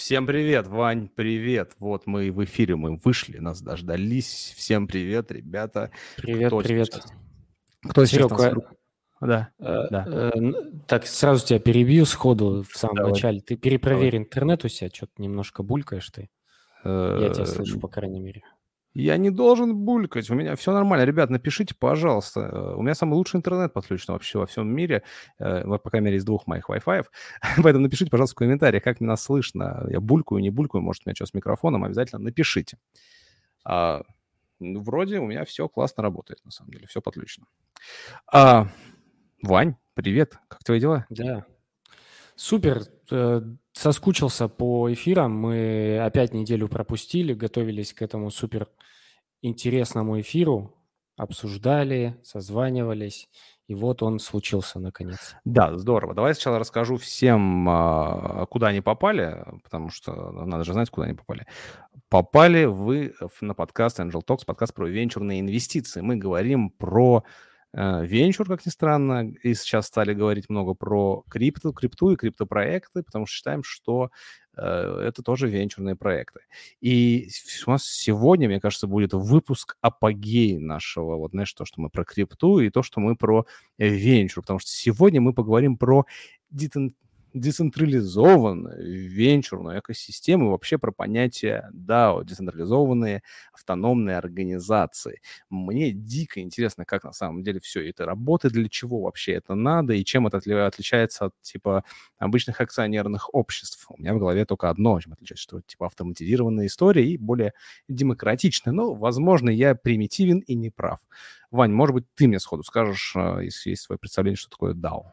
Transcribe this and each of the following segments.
Всем привет, Вань, привет. Вот мы в эфире, мы вышли, нас дождались. Всем привет, ребята. Привет, привет. Кто сейчас нас... Серега, Да, да, так сразу тебя перебью сходу в самом давай, начале. Ты давай. перепроверь интернет у себя, что-то немножко булькаешь ты. Я тебя Э, слышу, по крайней мере. Я не должен булькать, у меня все нормально. Ребят, напишите, пожалуйста. У меня самый лучший интернет подключен вообще во всем мире. Вот, по крайней мере, из 2 моих Wi-Fi. Поэтому напишите, пожалуйста, в комментариях, как меня слышно. Я булькаю, не булькаю, может, у меня что с микрофоном. Обязательно напишите. Вроде у меня все классно работает, на самом деле, все подключено. Вань, привет, как твои дела? Да. Супер. Соскучился по эфирам. Мы опять неделю пропустили, готовились к этому супер интересному эфиру, обсуждали, созванивались. И вот он случился наконец. Да, здорово. Давай сначала расскажу всем, куда они попали, потому что надо же знать, куда они попали. Попали вы на подкаст Angel Talks, подкаст про венчурные инвестиции. Мы говорим про венчур, как ни странно, и сейчас стали говорить много про крипту и криптопроекты, потому что считаем, что это тоже венчурные проекты. И у нас сегодня, мне кажется, будет выпуск апогей нашего, вот, знаешь, то, что мы про крипту и то, что мы про венчур, потому что сегодня мы поговорим про децентрализованную венчурную экосистему и вообще про понятие DAO, децентрализованные автономные организации. Мне дико интересно, как на самом деле все это работает, для чего вообще это надо и чем это отличается от типа обычных акционерных обществ. У меня в голове только одно, чем отличается, что типа автоматизированная история и более демократичная. Но, возможно, я примитивен и не прав. Вань, может быть, ты мне сходу скажешь, если есть свое представление, что такое DAO.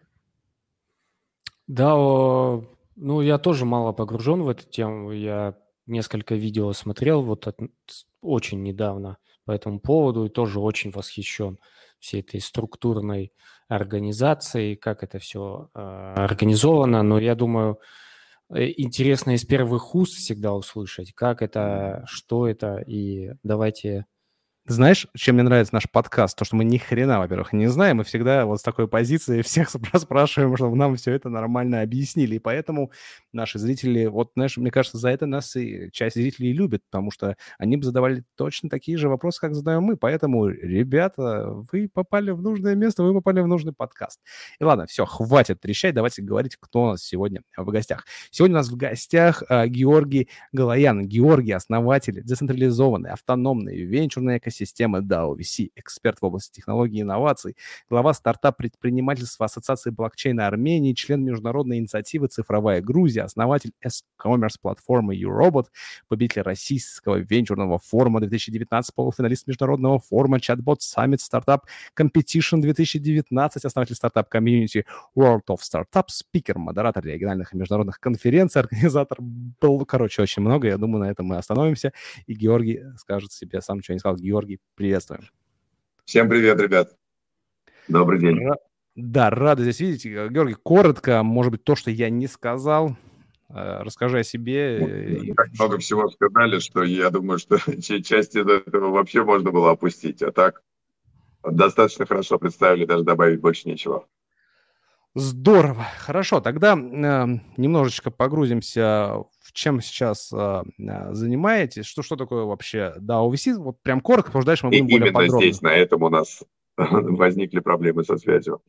Да, ну я тоже мало погружен в эту тему. Я несколько видео смотрел очень недавно по этому поводу и тоже очень восхищен всей этой структурной организацией, как это все организовано. Но я думаю, интересно из первых уст всегда услышать, как это, что это, и давайте... Знаешь, чем мне нравится наш подкаст? То, что мы ни хрена, во-первых, не знаем, мы всегда вот с такой позиции всех спрашиваем, чтобы нам все это нормально объяснили. И поэтому наши зрители, вот, знаешь, мне кажется, за это нас и часть зрителей любит, потому что они бы задавали точно такие же вопросы, как задаем мы. Поэтому, ребята, вы попали в нужное место, вы попали в нужный подкаст. И ладно, все, хватит трещать, давайте говорить, кто у нас сегодня в гостях. Сегодня у нас в гостях Георгий Галаян. Георгий, основатель децентрализованной, автономной, венчурной экосистемы DAO VC, эксперт в области технологий и инноваций, глава стартап-предпринимательства Ассоциации блокчейна Армении, член международной инициативы «Цифровая Грузия», основатель e-commerce платформы YouRobot, победитель российского венчурного форума 2019, полуфиналист международного форума чат-бот Summit Startup Competition 2019, основатель стартап-комьюнити World of Startup, спикер, модератор региональных и международных конференций, организатор был, короче, очень много. Я думаю, на этом мы остановимся. И Георгий скажет себе сам, что я не сказал. Георгий, приветствуем. Всем привет, ребят. Добрый день. Да, рады здесь видеть. Георгий, коротко, может быть, то, что я не сказал, расскажи о себе. Так много всего сказали, что я думаю, что часть этого вообще можно было опустить. А так достаточно хорошо представили, даже добавить больше нечего. Здорово. Хорошо, тогда немножечко погрузимся, в чем сейчас занимаетесь, что такое вообще DAO VC. Вот прям коротко, потому что дальше мы будем более подробно. Именно здесь, на этом у нас возникли проблемы со связью.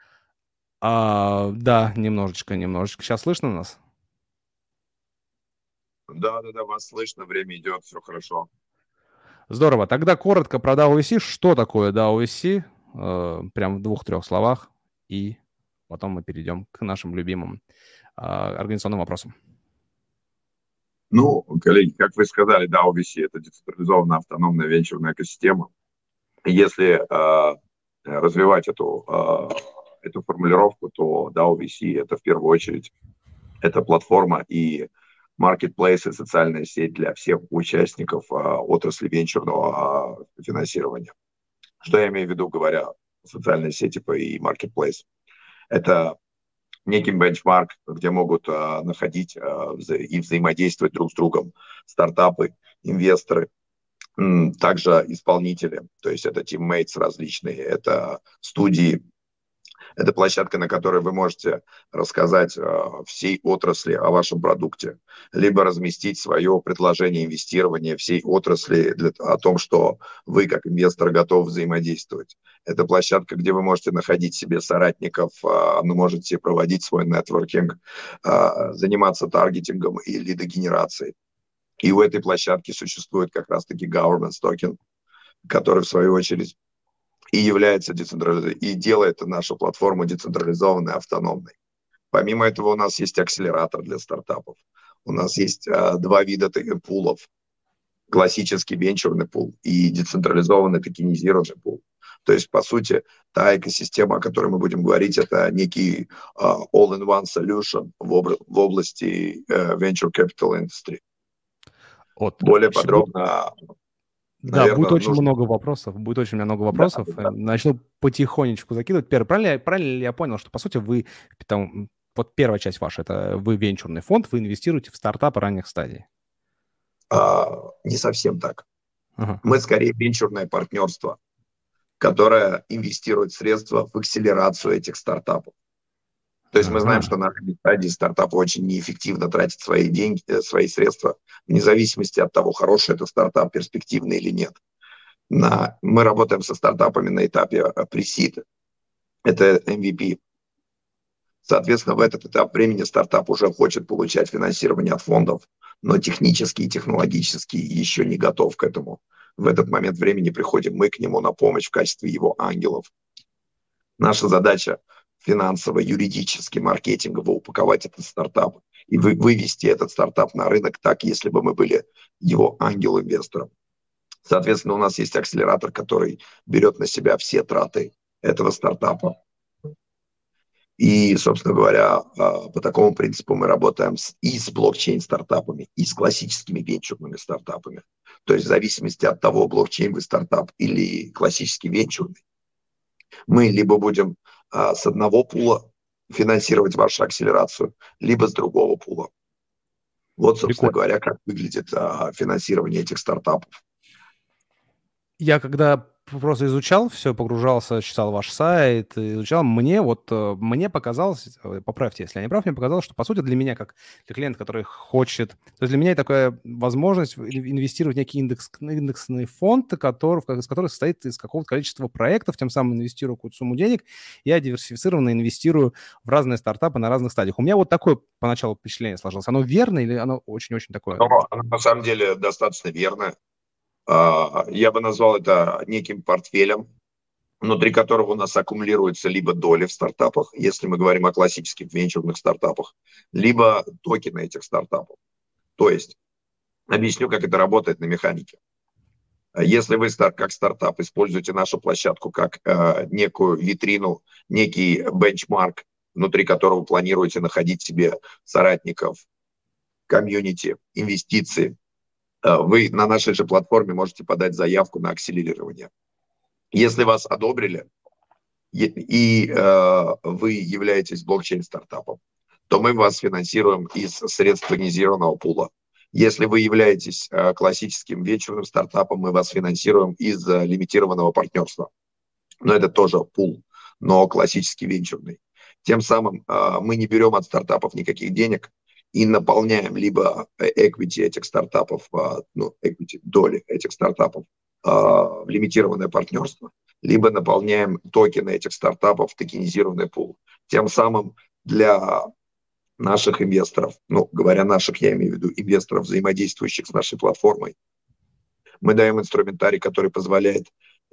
Да, немножечко. Сейчас слышно нас? Да, вас слышно, время идет, все хорошо. Здорово. Тогда коротко про DAO VC. Что такое DAO VC? Прям в 2-3 словах. И потом мы перейдем к нашим любимым организационным вопросам. Ну, коллеги, как вы сказали, DAO VC – это децентрализованная автономная венчурная экосистема. Если развивать эту формулировку, то DAO VC – это в первую очередь это платформа и маркетплейс, и социальная сеть для всех участников отрасли венчурного финансирования. Что я имею в виду, говоря социальные сети и маркетплейс? Это некий бенчмарк, где могут находить и взаимодействовать друг с другом стартапы, инвесторы, также исполнители, то есть это teammates различные, это студии, Это площадка, на которой вы можете рассказать всей отрасли о вашем продукте, либо разместить свое предложение инвестирования всей отрасли о том, что вы как инвестор готовы взаимодействовать. Это площадка, где вы можете находить себе соратников, можете проводить свой нетворкинг, заниматься таргетингом и лидогенерацией. И у этой площадки существует как раз-таки governance токен, который в свою очередь и является децентрализованной, и делает нашу платформу децентрализованной, автономной. Помимо этого у нас есть акселератор для стартапов. У нас есть два вида пулов. Классический венчурный пул и децентрализованный токенизированный пул. То есть, по сути, та экосистема, о которой мы будем говорить, это некий all-in-one solution в области venture capital industry. Более подробно... Да, наверное, будет очень много вопросов. Будет очень много вопросов. Да. Начну потихонечку закидывать. Правильно ли я понял, что, по сути, вы... Там, вот первая часть ваша, это вы венчурный фонд, вы инвестируете в стартапы ранних стадий? Не совсем так. Мы скорее венчурное партнерство, которое инвестирует средства в акселерацию этих стартапов. То есть мы знаем, что на ранней стадии стартапы очень неэффективно тратят свои деньги, свои средства, вне зависимости от того, хороший это стартап, перспективный или нет. Мы работаем со стартапами на этапе pre-seed, это MVP. Соответственно, в этот этап времени стартап уже хочет получать финансирование от фондов, но технически и технологически еще не готов к этому. В этот момент времени приходим мы к нему на помощь в качестве его ангелов. Наша задача финансово, юридически, маркетингово упаковать этот стартап и вывести этот стартап на рынок так, если бы мы были его ангел-инвестором. Соответственно, у нас есть акселератор, который берет на себя все траты этого стартапа. И, собственно говоря, по такому принципу мы работаем и с блокчейн-стартапами, и с классическими венчурными стартапами. То есть в зависимости от того, блокчейн вы стартап или классический венчурный, мы либо будем с одного пула финансировать вашу акселерацию, либо с другого пула. Вот, собственно говоря, как выглядит финансирование этих стартапов. Я когда просто изучал все, погружался, читал ваш сайт, изучал, мне показалось, поправьте, если я не прав, мне показалось, что, по сути, для меня, как для клиента, который хочет... То есть для меня такая возможность инвестировать в некий индексный фонд, из которого состоит из какого-то количества проектов, тем самым инвестирую какую-то сумму денег, я диверсифицированно инвестирую в разные стартапы на разных стадиях. У меня вот такое поначалу впечатление сложилось. Оно верно или оно очень-очень такое? Оно на самом деле достаточно верно. Я бы назвал это неким портфелем, внутри которого у нас аккумулируются либо доли в стартапах, если мы говорим о классических венчурных стартапах, либо токены этих стартапов. То есть, объясню, как это работает на механике. Если вы как стартап используете нашу площадку как некую витрину, некий бенчмарк, внутри которого планируете находить себе соратников, комьюнити, инвестиции, вы на нашей же платформе можете подать заявку на акселерирование. Если вас одобрили, и вы являетесь блокчейн-стартапом, то мы вас финансируем из средств токенизированного пула. Если вы являетесь классическим венчурным стартапом, мы вас финансируем из лимитированного партнерства. Но это тоже пул, но классический венчурный. Тем самым мы не берем от стартапов никаких денег, и наполняем либо equity этих стартапов, equity, доли этих стартапов в лимитированное партнерство, либо наполняем токены этих стартапов в токенизированный пул. Тем самым для наших инвесторов, говоря наших, я имею в виду инвесторов, взаимодействующих с нашей платформой, мы даем инструментарий, который позволяет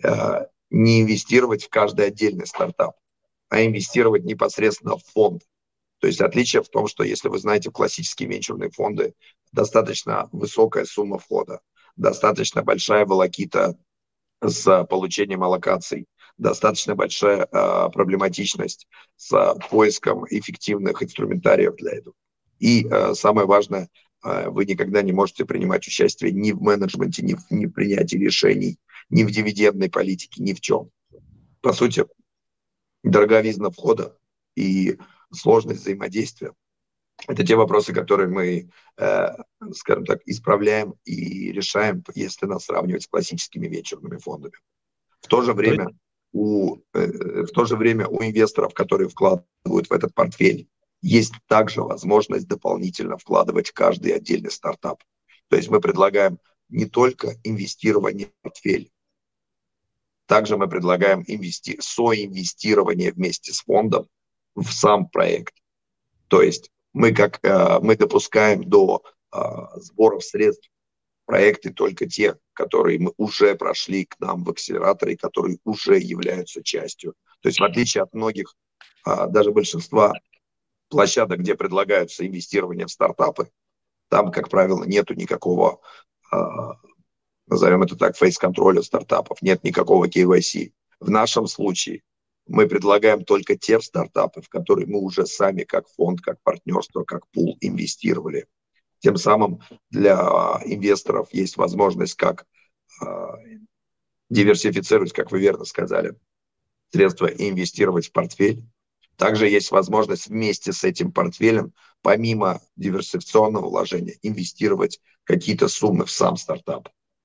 не инвестировать в каждый отдельный стартап, а инвестировать непосредственно в фонд. То есть отличие в том, что если вы знаете классические венчурные фонды, достаточно высокая сумма входа, достаточно большая волокита с получением аллокаций, достаточно большая проблематичность с поиском эффективных инструментариев для этого. И самое важное, вы никогда не можете принимать участие ни в менеджменте, ни в принятии решений, ни в дивидендной политике, ни в чем. По сути, дороговизна входа и сложность взаимодействия – это те вопросы, которые мы, скажем так, исправляем и решаем, если нас сравнивать с классическими венчурными фондами. В то же время в то же время у инвесторов, которые вкладывают в этот портфель, есть также возможность дополнительно вкладывать в каждый отдельный стартап. То есть мы предлагаем не только инвестирование в портфель, также мы предлагаем соинвестирование вместе с фондом в сам проект. То есть мы допускаем до сборов средств проекты только те, которые мы уже прошли к нам в акселераторе, которые уже являются частью. То есть в отличие от многих, даже большинства площадок, где предлагаются инвестирование в стартапы, там, как правило, нету никакого, назовем это так, фейс-контроля стартапов, нет никакого KYC. В нашем случае мы предлагаем только те стартапы, в которые мы уже сами как фонд, как партнерство, как пул инвестировали. Тем самым для инвесторов есть возможность как диверсифицировать, как вы верно сказали, средства и инвестировать в портфель. Также есть возможность вместе с этим портфелем, помимо диверсификационного вложения, инвестировать какие-то суммы в сам стартап.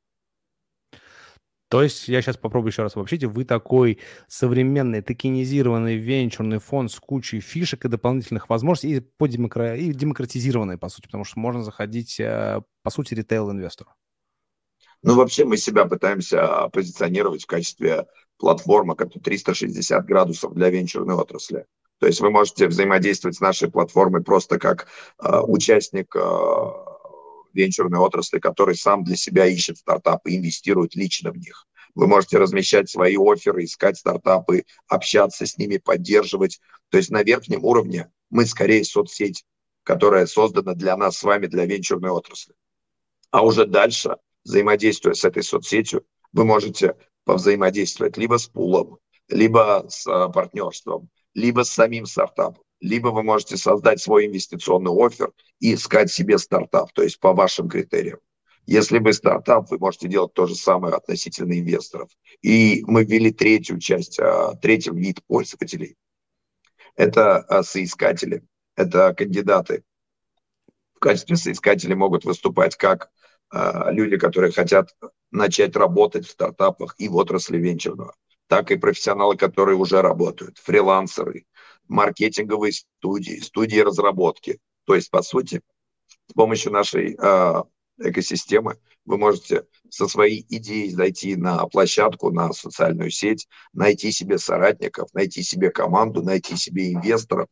То есть я сейчас попробую еще раз обобщить. Вы такой современный токенизированный венчурный фонд с кучей фишек и дополнительных возможностей и демократизированный, по сути, потому что можно заходить, по сути, ритейл-инвестору. Ну, вообще мы себя пытаемся позиционировать в качестве платформы, как 360 градусов для венчурной отрасли. То есть вы можете взаимодействовать с нашей платформой просто как участник венчурной отрасли, который сам для себя ищет стартапы и инвестирует лично в них. Вы можете размещать свои офферы, искать стартапы, общаться с ними, поддерживать. То есть на верхнем уровне мы скорее соцсеть, которая создана для нас с вами, для венчурной отрасли. А уже дальше, взаимодействуя с этой соцсетью, вы можете повзаимодействовать либо с пулом, либо с партнерством, либо с самим стартапом, либо вы можете создать свой инвестиционный оффер и искать себе стартап, то есть по вашим критериям. Если вы стартап, вы можете делать то же самое относительно инвесторов. И мы ввели третий вид пользователей. Это соискатели, это кандидаты. В качестве соискателей могут выступать как люди, которые хотят начать работать в стартапах и в отрасли венчурного, так и профессионалы, которые уже работают, фрилансеры, маркетинговые студии, студии разработки. То есть, по сути, с помощью нашей экосистемы вы можете со своей идеей зайти на площадку, на социальную сеть, найти себе соратников, найти себе команду, найти себе инвесторов.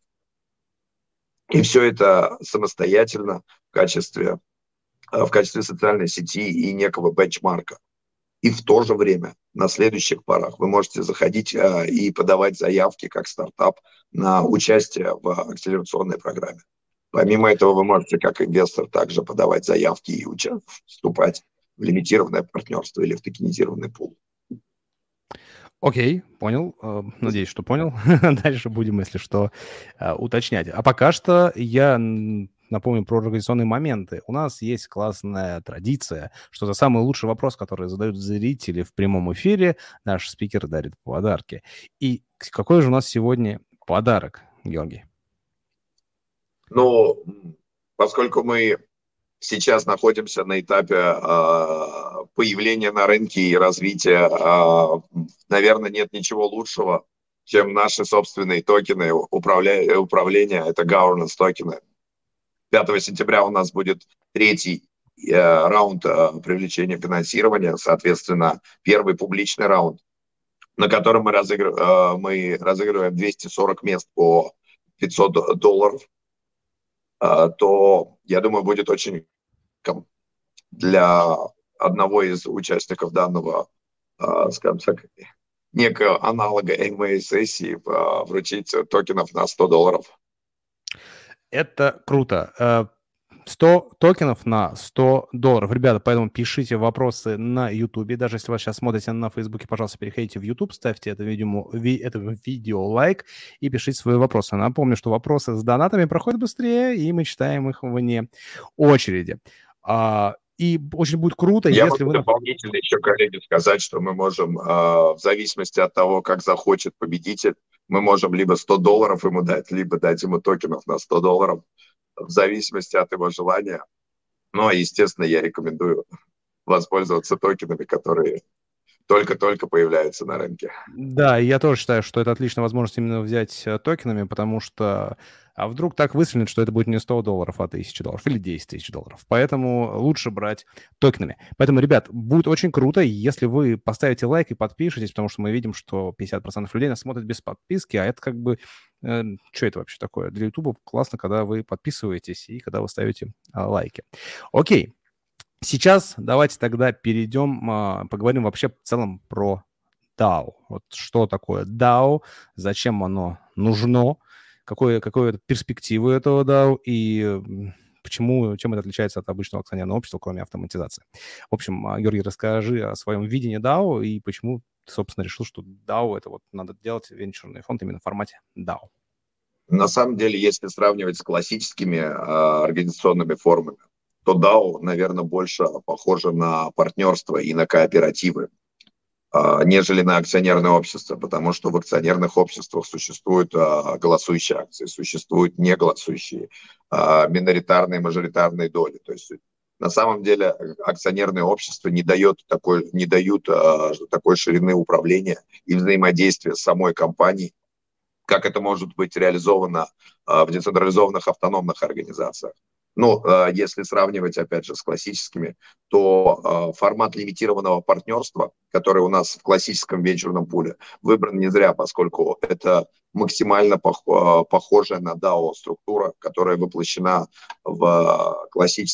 И все это самостоятельно в качестве социальной сети и некого бенчмарка. И в то же время на следующих порах вы можете заходить и подавать заявки как стартап на участие в акселерационной программе. Помимо этого вы можете как инвестор также подавать заявки и вступать в лимитированное партнерство или в токенизированный пул. Окей, понял. Надеюсь, что понял. Дальше будем, если что, уточнять. А пока что я напомню про организационные моменты. У нас есть классная традиция, что за самый лучший вопрос, который задают зрители в прямом эфире, наш спикер дарит подарки. И какой же у нас сегодня подарок, Георгий? Ну, поскольку мы сейчас находимся на этапе появления на рынке и развития, наверное, нет ничего лучшего, чем наши собственные токены управления, это governance токены. 5 сентября у нас будет третий раунд привлечения финансирования, соответственно, первый публичный раунд, на котором мы разыгрываем 240 мест по $500, то, я думаю, будет очень для одного из участников данного, скажем так, некого аналога MA-сессии вручить токенов на $100. Это круто. 100 токенов на $100. Ребята, поэтому пишите вопросы на YouTube. Даже если вы сейчас смотрите на Фейсбуке, пожалуйста, переходите в YouTube, ставьте это видео лайк и пишите свои вопросы. Напомню, что вопросы с донатами проходят быстрее, и мы читаем их вне очереди. И очень будет круто, Я если могу дополнительно еще коллеге сказать, что мы можем, в зависимости от того, как захочет победитель, мы можем либо $100 ему дать, либо дать ему токенов на $100, в зависимости от его желания. Но, естественно, я рекомендую воспользоваться токенами, которые только-только появляются на рынке. Да, и я тоже считаю, что это отличная возможность именно взять токенами, потому что вдруг так выстрелит, что это будет не $100, а $1000 или $10 000. Поэтому лучше брать токенами. Поэтому, ребят, будет очень круто, если вы поставите лайк и подпишетесь, потому что мы видим, что 50% людей нас смотрят без подписки, а это как бы... что это вообще такое? Для YouTube классно, когда вы подписываетесь и когда вы ставите лайки. Окей. Сейчас давайте тогда перейдем, поговорим вообще в целом про DAO. Вот что такое DAO, зачем оно нужно, какие перспективы этого DAO и почему, чем это отличается от обычного акционерного общества, кроме автоматизации. В общем, Георгий, расскажи о своем видении DAO и почему ты, собственно, решил, что DAO это вот надо делать венчурный фонд именно в формате DAO. На самом деле, если сравнивать с классическими организационными формами, то DAO, наверное, больше похоже на партнерство и на кооперативы, нежели на акционерное общество, потому что в акционерных обществах существуют голосующие акции, существуют неголосующие, миноритарные, мажоритарные доли. То есть на самом деле акционерное общество не дают такой ширины управления и взаимодействия с самой компанией, как это может быть реализовано в децентрализованных автономных организациях. Ну, если сравнивать, опять же, с классическими, то формат лимитированного партнерства, который у нас в классическом венчурном пуле, выбран не зря, поскольку это максимально похожая на DAO структура, которая воплощена в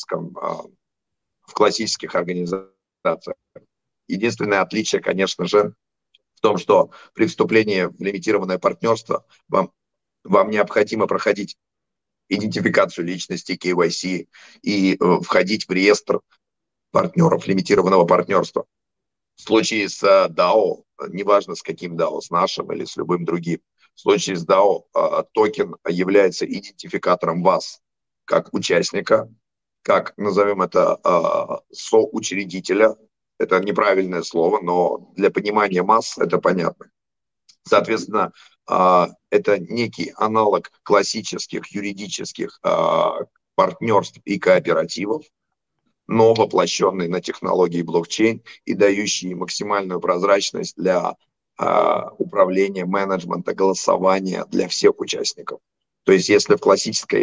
классических организациях. Единственное отличие, конечно же, в том, что при вступлении в лимитированное партнерство вам необходимо проходить идентификацию личности, KYC и входить в реестр партнеров лимитированного партнерства. В случае с DAO, неважно с каким DAO, с нашим или с любым другим, в случае с DAO токен является идентификатором вас как участника, как, назовем это, соучредителя. Это неправильное слово, но для понимания масс это понятно. Соответственно, это некий аналог классических юридических партнерств и кооперативов, но воплощенный на технологии блокчейн и дающий максимальную прозрачность для управления, менеджмента, голосования для всех участников. То есть если в классическом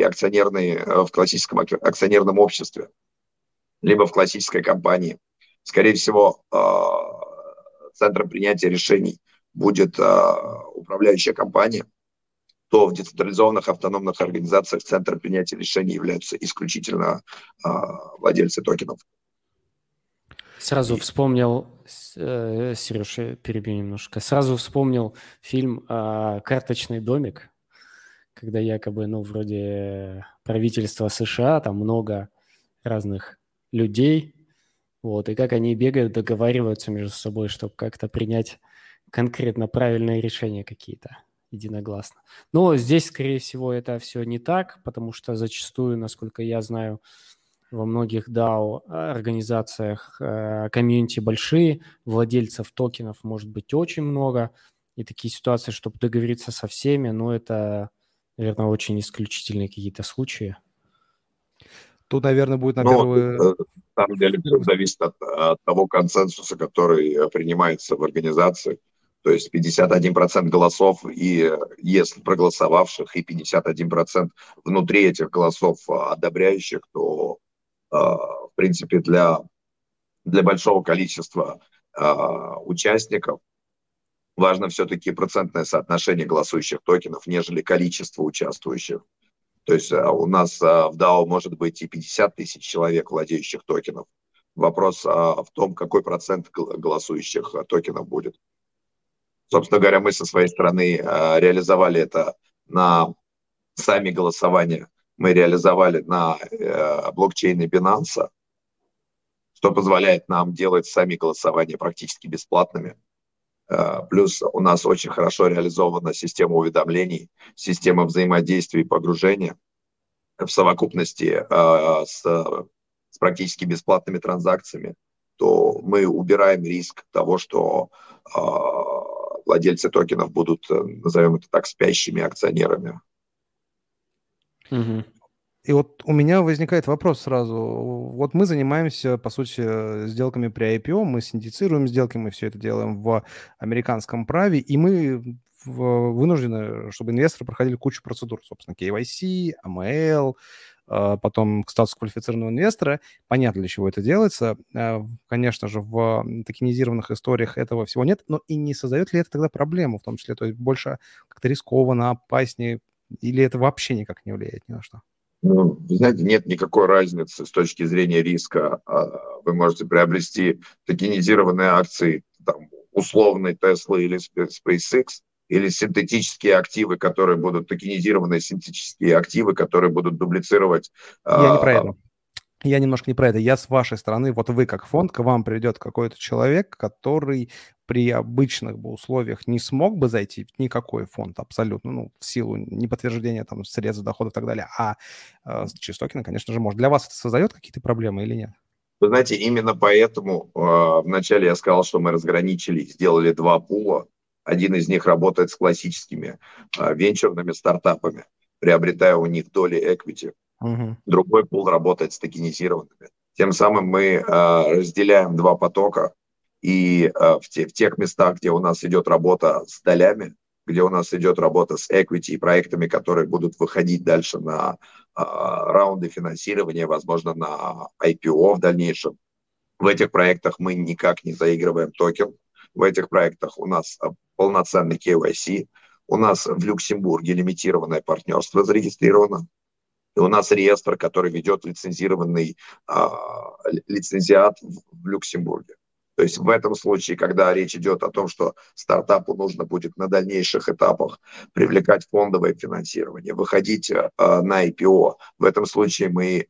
акционерном обществе, либо в классической компании, скорее всего, центром принятия решений будет управляющая компания, то в децентрализованных автономных организациях центром принятия решений являются исключительно владельцы токенов. Сразу вспомнил, Сереж, я перебью немножко, сразу вспомнил фильм «Карточный домик», когда якобы, вроде правительства США, там много разных людей, вот, и как они бегают, договариваются между собой, чтобы как-то принять конкретно правильные решения какие-то единогласно. Но здесь, скорее всего, это все не так, потому что зачастую, насколько я знаю, во многих DAO-организациях комьюнити большие, владельцев токенов может быть очень много, и такие ситуации, чтобы договориться со всеми, это, наверное, очень исключительные какие-то случаи. Тут, наверное, будет на первый... На самом деле все зависит от того консенсуса, который принимается в организации. То есть 51% голосов, и если проголосовавших, и 51% внутри этих голосов одобряющих, то, в принципе, для большого количества участников важно все-таки процентное соотношение голосующих токенов, нежели количество участвующих. То есть у нас в DAO может быть и 50 тысяч человек, владеющих токенов. Вопрос в том, какой процент голосующих токенов будет. Собственно говоря, мы со своей стороны реализовали это на сами голосования. Мы реализовали на блокчейне Binance, что позволяет нам делать сами голосования практически бесплатными. Плюс у нас очень хорошо реализована система уведомлений, система взаимодействия и погружения в совокупности с практически бесплатными транзакциями, то мы убираем риск того, что владельцы токенов будут, назовем это так, спящими акционерами. Угу. И вот у меня возникает вопрос сразу. Вот мы занимаемся, по сути, сделками при IPO, мы синдицируем сделки, мы все это делаем в американском праве, и мы вынуждены, чтобы инвесторы проходили кучу процедур, собственно, KYC, AML, потом статус квалифицированного инвестора. Понятно, для чего это делается. Конечно же, в токенизированных историях этого всего нет, но и не создает ли это тогда проблему, в том числе, то есть больше как-то рискованно, опаснее, или это вообще никак не влияет ни на что? Ну, вы знаете, нет никакой разницы с точки зрения риска. Вы можете приобрести токенизированные акции там, условной Tesla или SpaceX, или синтетические активы, которые будут токенизированные синтетические активы, которые будут дублицировать. Я не про это. Я немножко не про это. Я с вашей стороны, вот вы как фонд, к вам придет какой-то человек, который при обычных бы условиях не смог бы зайти в никакой фонд абсолютно, ну, в силу неподтверждения там средств, доходов и так далее, через токены, конечно же, может. Для вас это создает какие-то проблемы или нет? Вы знаете, именно поэтому вначале я сказал, что мы разграничили, сделали два пула. Один из них работает с классическими венчурными стартапами, приобретая у них доли equity. Другой пул работает с токенизированными. Тем самым мы разделяем два потока, и в тех местах, где у нас идет работа с долями, где у нас идет работа с equity и проектами, которые будут выходить дальше на раунды финансирования, возможно, на IPO в дальнейшем. В этих проектах мы никак не заигрываем токен. В этих проектах у нас полноценный KYC. У нас в Люксембурге лимитированное партнерство зарегистрировано. И у нас реестр, который ведет лицензированный лицензиат в Люксембурге. То есть в этом случае, когда речь идет о том, что стартапу нужно будет на дальнейших этапах привлекать фондовое финансирование, выходить на IPO, в этом случае мы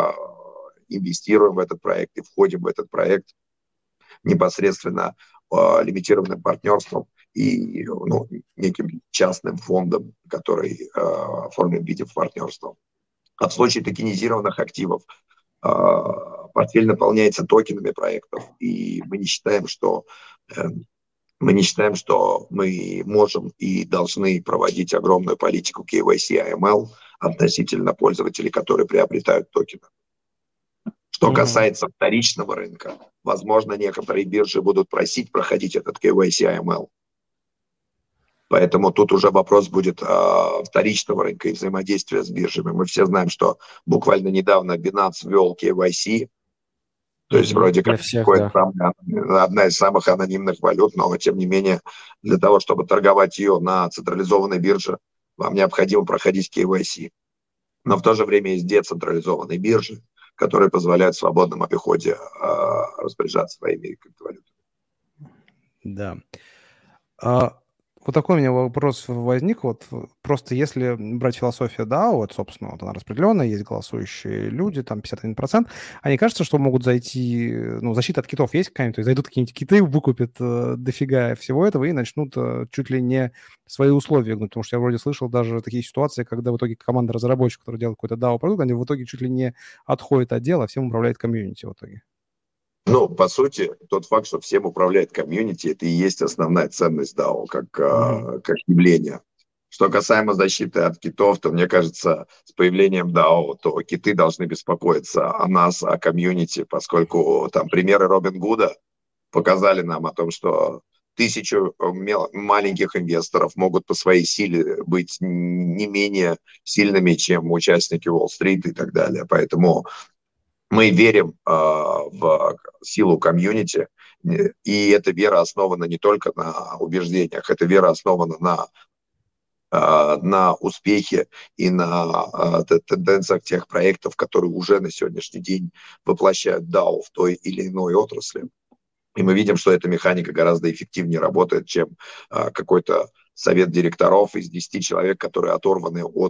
инвестируем в этот проект и входим в этот проект непосредственно лимитированным партнерством и неким частным фондом, который оформлен в виде партнерства. А в случае токенизированных активов портфель наполняется токенами проектов, и мы не считаем, что мы можем и должны проводить огромную политику KYC, AML относительно пользователей, которые приобретают токены. Что касается вторичного рынка, возможно, некоторые биржи будут просить проходить этот KYC, AML. Поэтому тут уже вопрос будет вторичного рынка и взаимодействия с биржами. Мы все знаем, что буквально недавно Binance ввел KYC, то есть вроде как одна из самых анонимных валют, но тем не менее для того, чтобы торговать ее на централизованной бирже, вам необходимо проходить KYC. Но в то же время есть децентрализованные биржи, которые позволяют в свободном обиходе распоряжаться своими криптовалютами. Да. Вот такой у меня вопрос возник. Вот просто если брать философию DAO, вот, собственно, вот она распределенная, есть голосующие люди, там 51%, а не кажется, что могут зайти, ну, защита от китов есть какая-нибудь, то есть зайдут какие-нибудь киты, выкупят дофига всего этого и начнут чуть ли не свои условия гнуть, потому что я вроде слышал даже такие ситуации, когда в итоге команда разработчиков, которые делают какой-то DAO-продукт, они в итоге чуть ли не отходят от дела, а всем управляет комьюнити в итоге. Ну, по сути, тот факт, что всем управляет комьюнити, это и есть основная ценность DAO как явление. Что касаемо защиты от китов, то, мне кажется, с появлением DAO, то киты должны беспокоиться о нас, о комьюнити, поскольку там примеры Робин Гуда показали нам о том, что 1000 маленьких инвесторов могут по своей силе быть не менее сильными, чем участники Уолл-стрит и так далее. Поэтому мы верим в силу комьюнити, и эта вера основана не только на убеждениях, эта вера основана на успехе и на тенденциях тех проектов, которые уже на сегодняшний день воплощают DAO в той или иной отрасли. И мы видим, что эта механика гораздо эффективнее работает, чем какой-то совет директоров из 10 человек, которые оторваны от,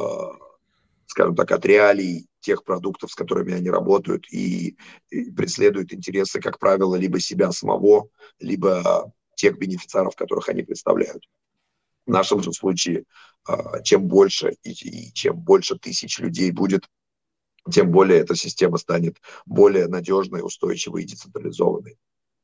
скажем так, от реалий тех продуктов, с которыми они работают, и преследуют интересы, как правило, либо себя самого, либо тех бенефициаров, которых они представляют. В нашем же случае, чем больше и чем больше тысяч людей будет, тем более эта система станет более надежной, устойчивой и децентрализованной.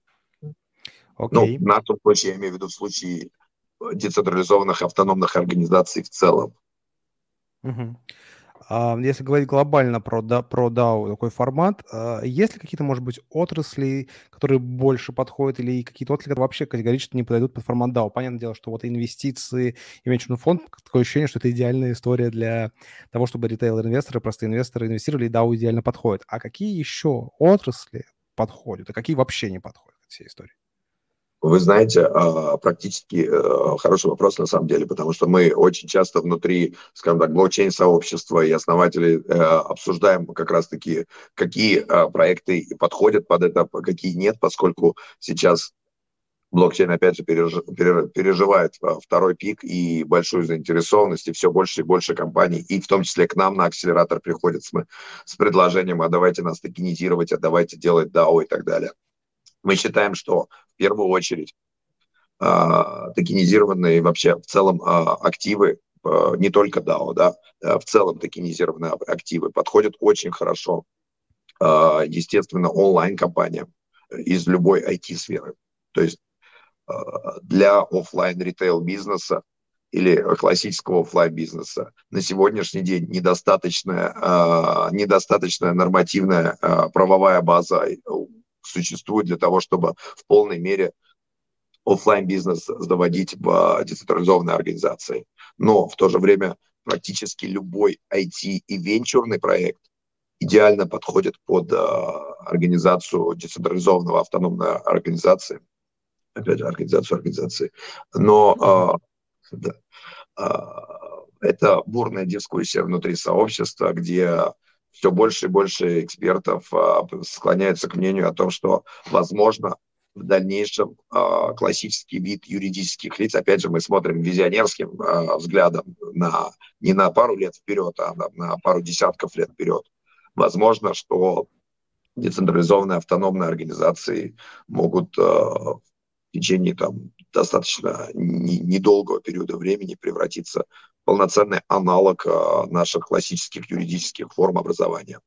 Ну, в нашем случае, я имею в виду в случае децентрализованных автономных организаций в целом. Если говорить глобально про DAO, такой формат, есть ли какие-то, может быть, отрасли, которые больше подходят, или какие-то отрасли, которые вообще категорически не подойдут под формат DAO? Понятное дело, что вот инвестиции и венчурный фонд, такое ощущение, что это идеальная история для того, чтобы ритейл-инвесторы, простые инвесторы инвестировали, и DAO идеально подходит. А какие еще отрасли подходят, а какие вообще не подходят к всей истории? Вы знаете, практически хороший вопрос на самом деле, потому что мы очень часто внутри, скажем так, блокчейн-сообщества и основателей обсуждаем как раз-таки, какие проекты подходят под это, какие нет, поскольку сейчас блокчейн, опять же, переживает второй пик и большую заинтересованность, и все больше и больше компаний, и в том числе к нам на акселератор приходят с предложением, а давайте нас токенизировать, а давайте делать DAO и так далее. Мы считаем, что в первую очередь токенизированные вообще в целом активы, не только DAO, да, в целом токенизированные активы подходят очень хорошо, естественно, онлайн-компаниям из любой IT-сферы. То есть для офлайн-ритейл-бизнеса или классического офлайн-бизнеса на сегодняшний день недостаточная нормативная правовая база существует для того, чтобы в полной мере офлайн-бизнес доводить в децентрализованной организации. Но в то же время практически любой IT и венчурный проект идеально подходит под организацию децентрализованного автономной организации. Опять же, организации. Но да, это бурная дискуссия внутри сообщества, где все больше и больше экспертов склоняются к мнению о том, что, возможно, в дальнейшем классический вид юридических лиц, опять же, мы смотрим визионерским взглядом не на пару лет вперед, а на пару десятков лет вперед. Возможно, что децентрализованные автономные организации могут в течение достаточно недолгого периода времени превратиться в полноценный аналог наших классических юридических форм образования.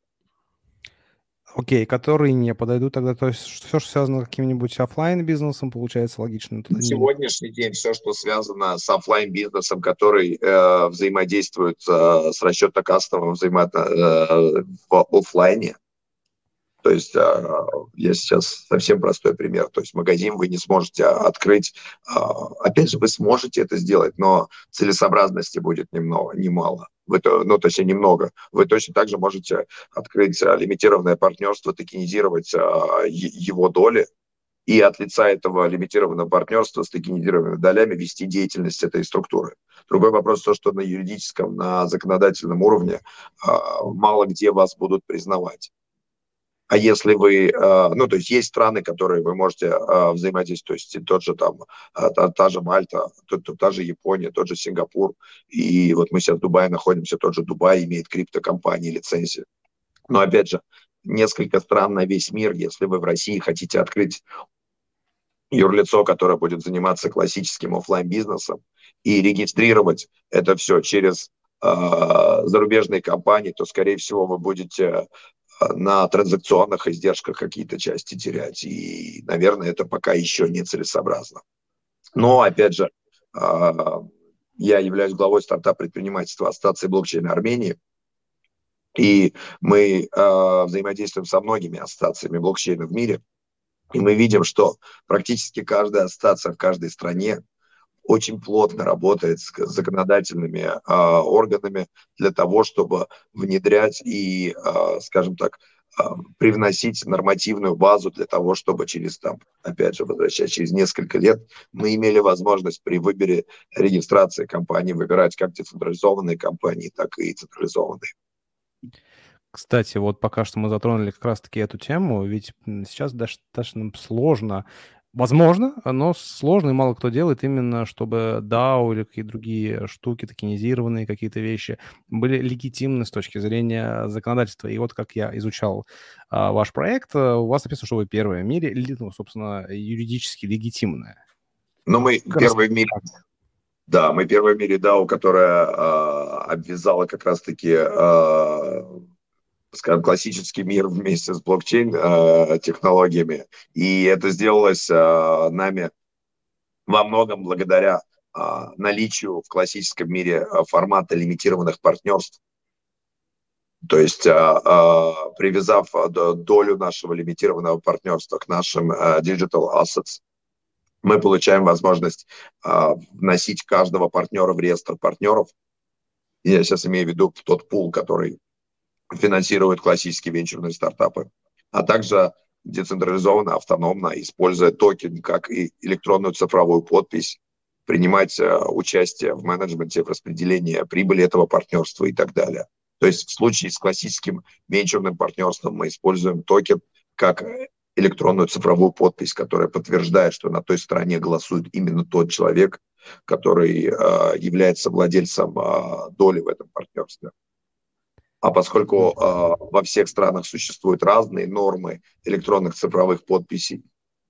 Окей, которые не подойдут тогда, то есть все, что связано с каким-нибудь офлайн-бизнесом, получается логично. На сегодняшний день все, что связано с офлайн-бизнесом, который взаимодействует с расчетно-кассовым в офлайне. То есть я сейчас совсем простой пример. То есть магазин вы не сможете открыть. Опять же, вы сможете это сделать, но целесообразности будет немало. Точнее, немного. Вы точно так же можете открыть лимитированное партнерство, токенизировать его доли, и от лица этого лимитированного партнерства с токенизированными долями вести деятельность этой структуры. Другой вопрос то, что на юридическом, на законодательном уровне мало где вас будут признавать. А если вы, то есть есть страны, которые вы можете взаимодействовать, то есть тот же та же Мальта, та же Япония, тот же Сингапур, и вот мы сейчас в Дубае находимся, тот же Дубай имеет криптокомпании, лицензии. Но опять же, несколько стран на весь мир, если вы в России хотите открыть юрлицо, которое будет заниматься классическим офлайн-бизнесом и регистрировать это все через зарубежные компании, то, скорее всего, вы будете на транзакционных издержках какие-то части терять. И, наверное, это пока еще не целесообразно. Но, опять же, я являюсь главой стартап-предпринимательства Ассоциации блокчейна Армении, и мы взаимодействуем со многими ассоциациями блокчейна в мире, и мы видим, что практически каждая ассоциация в каждой стране очень плотно работает с законодательными органами для того, чтобы внедрять и, скажем так, привносить нормативную базу для того, чтобы опять же, возвращаясь через несколько лет, мы имели возможность при выборе регистрации компании выбирать как децентрализованные компании, так и централизованные. Кстати, вот пока что мы затронули как раз-таки эту тему, ведь сейчас достаточно сложно, возможно, но сложно и мало кто делает именно, чтобы DAO или какие-то другие штуки, токенизированные какие-то вещи были легитимны с точки зрения законодательства. И вот как я изучал ваш проект, у вас написано, что вы первые в мире, собственно, юридически легитимная. Но мы первые в мире. Да, мы первые в мире DAO, которая обвязала как раз-таки скажем, классический мир вместе с блокчейн-технологиями. И это сделалось нами во многом благодаря наличию в классическом мире формата лимитированных партнерств. То есть, привязав долю нашего лимитированного партнерства к нашим digital assets, мы получаем возможность вносить каждого партнера в реестр партнеров. Я сейчас имею в виду тот пул, который финансирует классические венчурные стартапы, а также децентрализованно, автономно, используя токен как и электронную цифровую подпись, принимать участие в менеджменте, в распределении прибыли этого партнерства и так далее. То есть в случае с классическим венчурным партнерством мы используем токен как электронную цифровую подпись, которая подтверждает, что на той стороне голосует именно тот человек, который является владельцем доли в этом партнерстве. А поскольку во всех странах существуют разные нормы электронных цифровых подписей,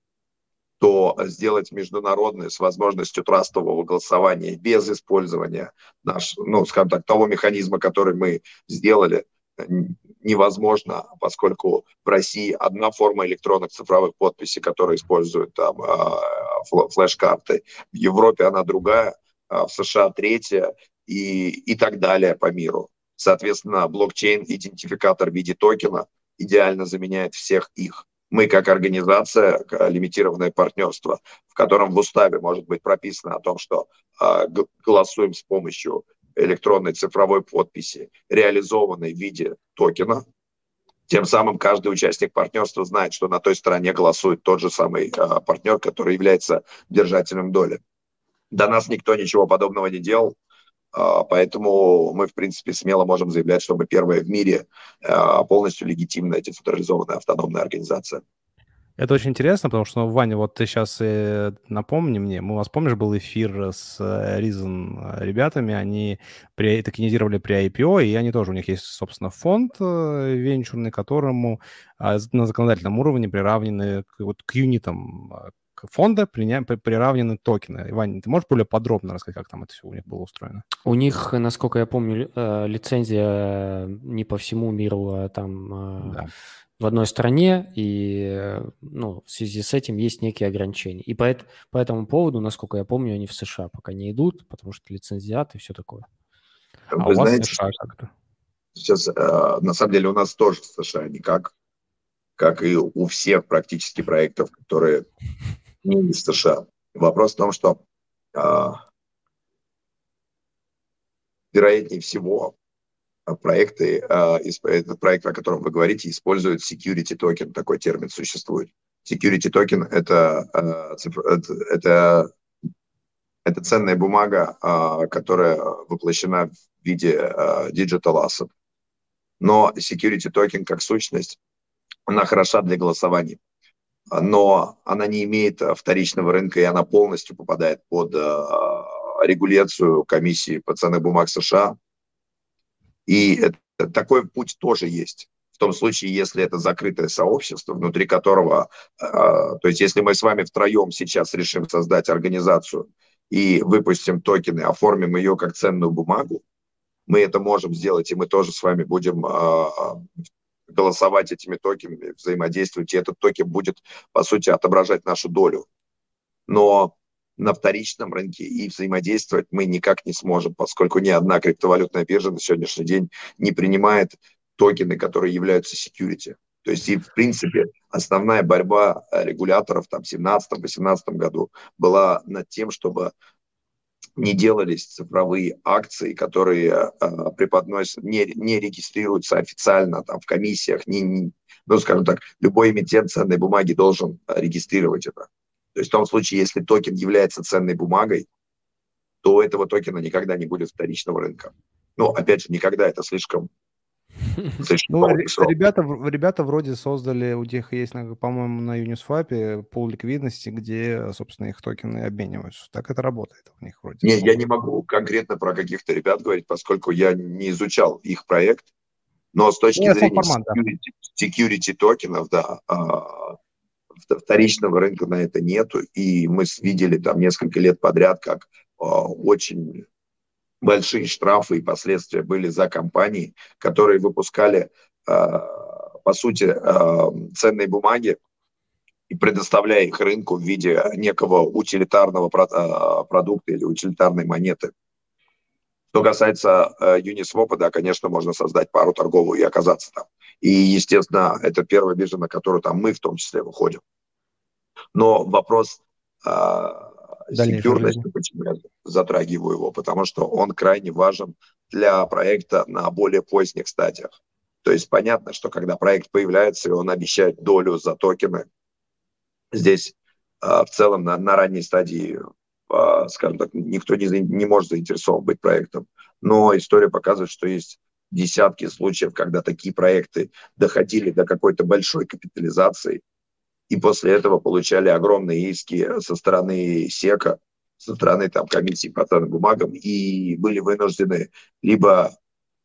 то сделать международное с возможностью трастового голосования без использования скажем так, того механизма, который мы сделали, невозможно, поскольку в России одна форма электронных цифровых подписей, которая использует там флеш-карты, в Европе она другая, в США третья и так далее по миру. Соответственно, блокчейн-идентификатор в виде токена идеально заменяет всех их. Мы, как организация, лимитированное партнерство, в котором в уставе может быть прописано о том, что голосуем с помощью электронной цифровой подписи, реализованной в виде токена. Тем самым каждый участник партнерства знает, что на той стороне голосует тот же самый партнер, который является держателем доли. До нас никто ничего подобного не делал, поэтому мы, в принципе, смело можем заявлять, что мы первая в мире полностью легитимная, децентрализованная, автономная организация. Это очень интересно, потому что, Ваня, вот ты сейчас напомни мне, у вас, помнишь, был эфир с Reason ребятами, они токенизировали при IPO, и они тоже, у них есть, собственно, фонд венчурный, которому на законодательном уровне приравнены к юнитам фонда приравнены токены. Ваня, ты можешь более подробно рассказать, как там это все у них было устроено? У них, насколько я помню, лицензия не по всему миру, а там в одной стране, и в связи с этим есть некие ограничения. И по этому поводу, насколько я помню, они в США пока не идут, потому что лицензиат и все такое. Вы знаете, США как-то? Сейчас, на самом деле, у нас тоже в США никак, как и у всех практически проектов, которые не из США. Вопрос в том, что вероятнее всего проекты, этот проект, о котором вы говорите, используют security token, такой термин существует. Security token это ценная бумага, которая воплощена в виде digital asset. Но security token как сущность, она хороша для голосований, но она не имеет вторичного рынка, и она полностью попадает под регуляцию комиссии по ценным бумаг США. И такой путь тоже есть. В том случае, если это закрытое сообщество, внутри которого, то есть если мы с вами втроем сейчас решим создать организацию и выпустим токены, оформим ее как ценную бумагу, мы это можем сделать, и мы тоже с вами будем голосовать этими токенами, взаимодействовать, и этот токен будет, по сути, отображать нашу долю. Но на вторичном рынке и взаимодействовать мы никак не сможем, поскольку ни одна криптовалютная биржа на сегодняшний день не принимает токены, которые являются security. То есть, и в принципе, основная борьба регуляторов там, в 2017-2018 году была над тем, чтобы не делались цифровые акции, которые преподносят, не регистрируются официально там, в комиссиях. Скажем так, любой эмитент ценной бумаги должен регистрировать это. То есть в том случае, если токен является ценной бумагой, то у этого токена никогда не будет вторичного рынка. Опять же, никогда, это слишком ребята вроде создали, у них есть, по-моему, на Uniswap пул ликвидности, где, собственно, их токены обмениваются. Так это работает у них вроде. Нет, я не могу конкретно про каких-то ребят говорить, поскольку я не изучал их проект, но с точки зрения security токенов, да, вторичного рынка на это нету, и мы видели там несколько лет подряд, как очень большие штрафы и последствия были за компании, которые выпускали, по сути, ценные бумаги и предоставляя их рынку в виде некого утилитарного продукта или утилитарной монеты. Что касается Uniswap, да, конечно, можно создать пару торговую и оказаться там. И, естественно, это первая биржа, на которую там мы в том числе выходим. Но вопрос Дальнейшей жизни. секьюрности, почему я затрагиваю его, потому что он крайне важен для проекта на более поздних стадиях. То есть понятно, что когда проект появляется, и он обещает долю за токены, здесь в целом на ранней стадии, скажем так, никто не может заинтересован быть проектом. Но история показывает, что есть десятки случаев, когда такие проекты доходили до какой-то большой капитализации, и после этого получали огромные иски со стороны СЕКа, со стороны там, комиссии по ценным бумагам, и были вынуждены либо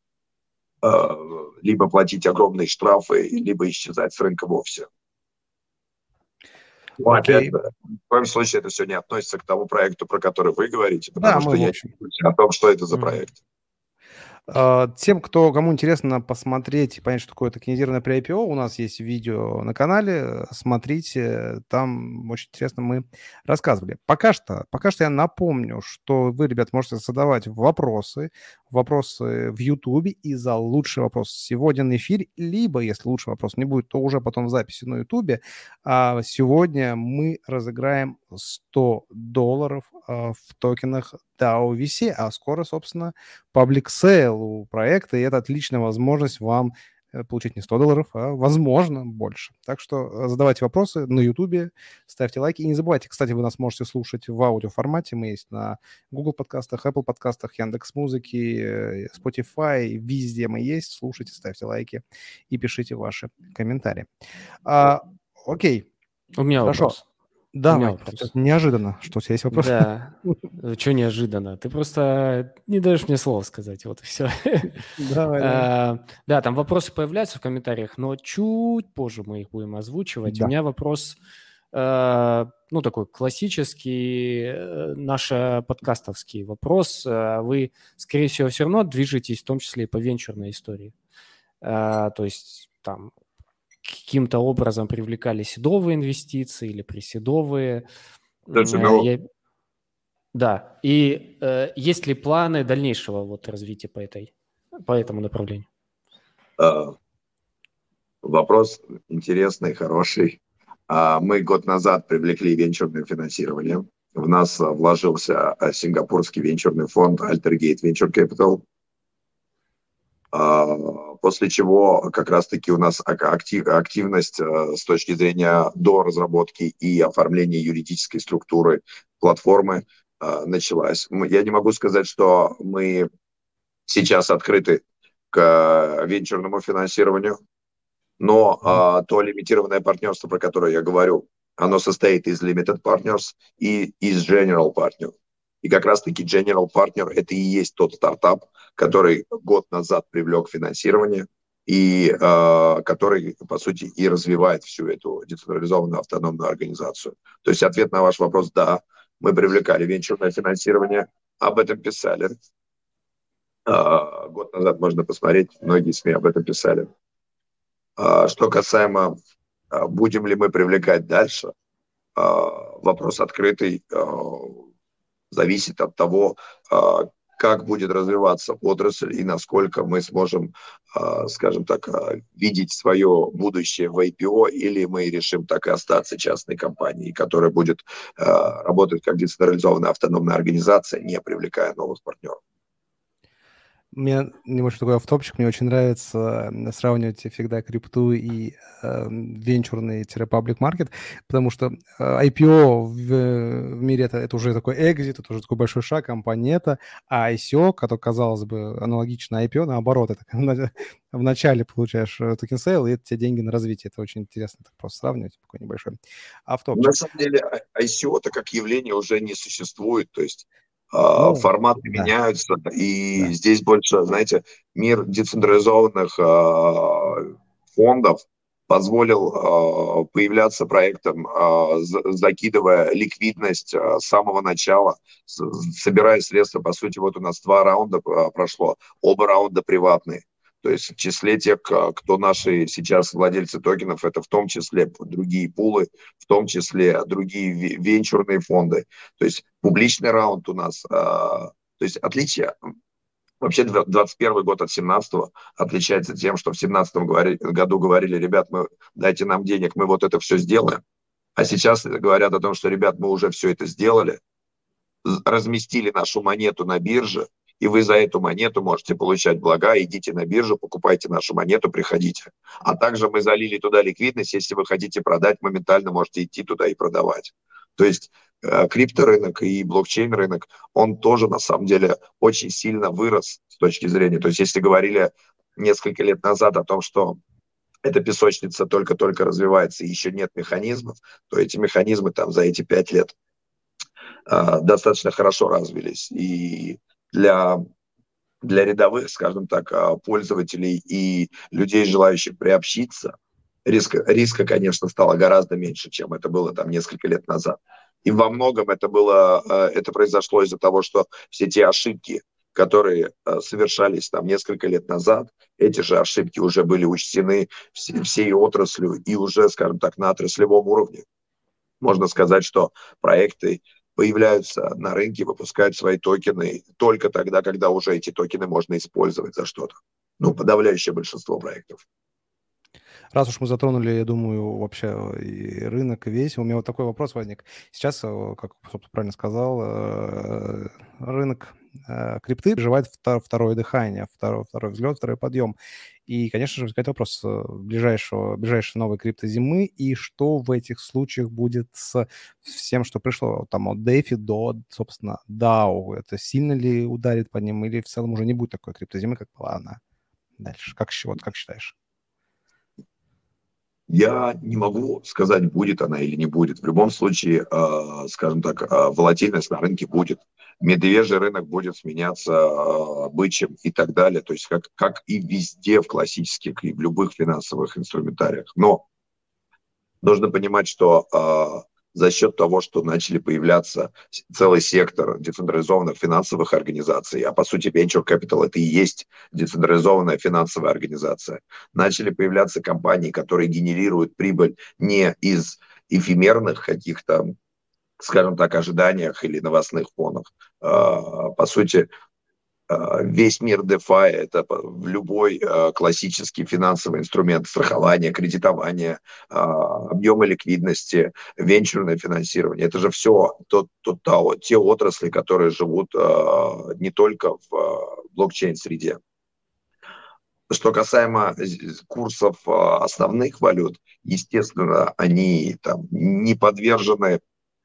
платить огромные штрафы, либо исчезать с рынка вовсе. Но опять же, в коем случае это все не относится к тому проекту, про который вы говорите, потому что я не знаю о том, что это за проект. Тем, кому интересно посмотреть и понять, что такое токенизированное при IPO, у нас есть видео на канале, смотрите, там очень интересно мы рассказывали. Пока что я напомню, что вы, ребят, можете задавать вопросы в YouTube, и за лучший вопрос сегодня на эфире, либо, если лучший вопрос не будет, то уже потом в записи на YouTube. Сегодня мы разыграем $100 в токенах DAO VC, а скоро, собственно, паблик сейл у проекта, и это отличная возможность вам получить не $100, а, возможно, больше. Так что задавайте вопросы на YouTube, ставьте лайки. И не забывайте, кстати, вы нас можете слушать в аудиоформате. Мы есть на Google подкастах, Apple подкастах, Яндекс.Музыке, Spotify. Везде мы есть. Слушайте, ставьте лайки и пишите ваши комментарии. Окей. У меня вопрос. Давай, неожиданно, что у тебя есть вопрос. Да, что неожиданно? Ты просто не даешь мне слова сказать, вот и все. Давай. Да, там вопросы появляются в комментариях, но чуть позже мы их будем озвучивать. Да. У меня вопрос, такой классический, наш подкастовский вопрос. Вы, скорее всего, все равно движетесь, в том числе и по венчурной истории. То есть там каким-то образом привлекали седовые инвестиции или преседовые. Да. И есть ли планы дальнейшего развития по этому направлению? Вопрос интересный, хороший. Мы год назад привлекли венчурное финансирование. В нас вложился сингапурский венчурный фонд Altergate Venture Capital. После чего как раз-таки у нас активность с точки зрения до разработки и оформления юридической структуры платформы началась. Я не могу сказать, что мы сейчас открыты к венчурному финансированию, но то лимитированное партнерство, про которое я говорю, оно состоит из Limited Partners и из General Partner. И как раз-таки General Partner – это и есть тот стартап, который год назад привлек финансирование и который, по сути, и развивает всю эту децентрализованную автономную организацию. То есть ответ на ваш вопрос – да, мы привлекали венчурное финансирование, об этом писали. Год назад можно посмотреть, многие СМИ об этом писали. Что касаемо, будем ли мы привлекать дальше, вопрос открытый, зависит от того, как будет развиваться отрасль и насколько мы сможем, скажем так, видеть свое будущее в IPO, или мы решим так и остаться частной компанией, которая будет работать как децентрализованная автономная организация, не привлекая новых партнеров. Мне немножко такой автопчик, мне очень нравится сравнивать всегда крипту и венчурный-паблик маркет, потому что IPO в мире это уже такой экзит, это уже такой большой шаг, компания это, а ICO, который, казалось бы, аналогично IPO, наоборот, это в начале получаешь токен сейл, и это тебе деньги на развитие. Это очень интересно так просто сравнивать, такой небольшой автопчик. На самом деле ICO-то как явление уже не существует, то есть форматы меняются, и здесь больше, знаете, мир децентрализованных фондов позволил появляться проектам, закидывая ликвидность с самого начала, собирая средства. По сути, вот у нас 2 раунда прошло, оба раунда приватные. То есть в числе тех, кто наши сейчас владельцы токенов, это в том числе другие пулы, в том числе другие венчурные фонды. То есть публичный раунд у нас, то есть отличие, Вообще 21 год от 17-го отличается тем, что в 17-м году говорили: ребят, дайте нам денег, мы вот это все сделаем. А сейчас говорят о том, что, ребят, мы уже все это сделали, разместили нашу монету на бирже, и вы за эту монету можете получать блага, идите на биржу, покупайте нашу монету, приходите. А также мы залили туда ликвидность, если вы хотите продать, моментально можете идти туда и продавать. То есть крипторынок и блокчейн-рынок, он тоже на самом деле очень сильно вырос с точки зрения. То есть если говорили несколько лет назад о том, что эта песочница только-только развивается и еще нет механизмов, то эти механизмы там за эти 5 лет достаточно хорошо развились. И для рядовых, скажем так, пользователей и людей, желающих приобщиться, риска, конечно, стало гораздо меньше, чем это было там несколько лет назад. И во многом это произошло из-за того, что все те ошибки, которые совершались там несколько лет назад, эти же ошибки уже были учтены всей отраслью и уже, скажем так, на отраслевом уровне. Можно сказать, что проекты появляются на рынке, выпускают свои токены только тогда, когда уже эти токены можно использовать за что-то. Ну, подавляющее большинство проектов. Раз уж мы затронули, я думаю, вообще и рынок, и весь, у меня вот такой вопрос возник. Сейчас, как собственно, правильно сказал, рынок крипты переживает второе дыхание, второй взлет, второй подъем. И, конечно же, возникает вопрос ближайшей новой криптозимы, и что в этих случаях будет с всем, что пришло там от DeFi до, собственно, DAO. Это сильно ли ударит по ним, или в целом уже не будет такой криптозимы, как была она дальше? Как считаешь? Я не могу сказать, будет она или не будет. В любом случае, скажем так, волатильность на рынке будет. Медвежий рынок будет сменяться бычьим и так далее. То есть как и везде в классических и в любых финансовых инструментариях. Но нужно понимать, что за счет того, что начали появляться целый сектор децентрализованных финансовых организаций, а по сути Venture Capital это и есть децентрализованная финансовая организация, начали появляться компании, которые генерируют прибыль не из эфемерных каких-то, скажем так, ожиданиях или новостных фонах. По сути, весь мир DeFi — это любой классический финансовый инструмент страхования, кредитования, объемы ликвидности, венчурное финансирование. Это же все те отрасли, которые живут не только в блокчейн-среде. Что касаемо курсов основных валют, естественно, они там не подвержены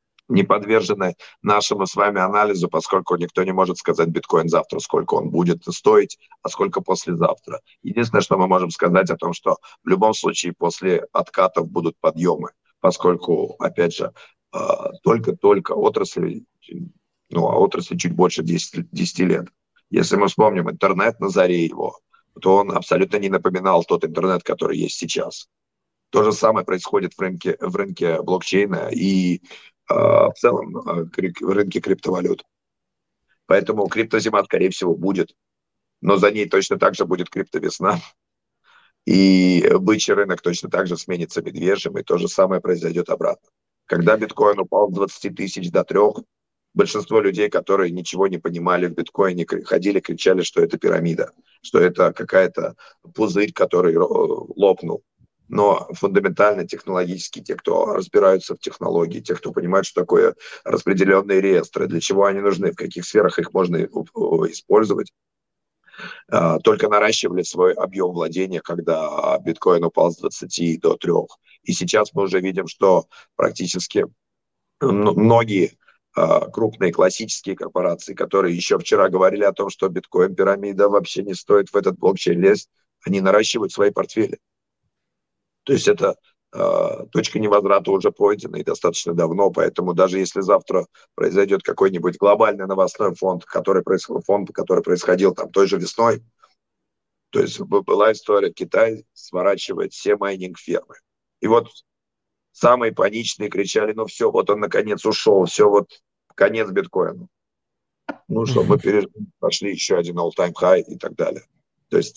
нашему с вами анализу, поскольку никто не может сказать биткоин завтра, сколько он будет стоить, а сколько послезавтра. Единственное, что мы можем сказать о том, что в любом случае после откатов будут подъемы, поскольку, опять же, только отрасли, а отрасли чуть больше 10 лет. Если мы вспомним интернет на заре его, то он абсолютно не напоминал тот интернет, который есть сейчас. То же самое происходит в рынке блокчейна и в целом в рынке криптовалют. Поэтому криптозима, скорее всего, будет, но за ней точно так же будет криптовесна. И бычий рынок точно так же сменится медвежьим, и то же самое произойдет обратно. Когда биткоин упал с 20 тысяч до 3, большинство людей, которые ничего не понимали в биткоине, ходили, кричали, что это пирамида, что это какая-то пузырь, который лопнул. Но фундаментально, технологически, те, кто разбираются в технологии, те, кто понимают, что такое распределенные реестры, для чего они нужны, в каких сферах их можно использовать, только наращивали свой объем владения, когда биткоин упал с 20 до 3. И сейчас мы уже видим, что практически многие крупные классические корпорации, которые еще вчера говорили о том, что биткоин-пирамида вообще не стоит в этот блокчейн лезть, они наращивают свои портфели. То есть это точка невозврата уже пройдена и достаточно давно, поэтому даже если завтра произойдет какой-нибудь глобальный новостной фонд, который происходил там той же весной, то есть была история, Китай сворачивает все майнинг-фермы. И вот самые паничные кричали: ну все, вот он наконец ушел, все, вот конец биткоину. Ну что, мы прошли еще один all-time high и так далее. То есть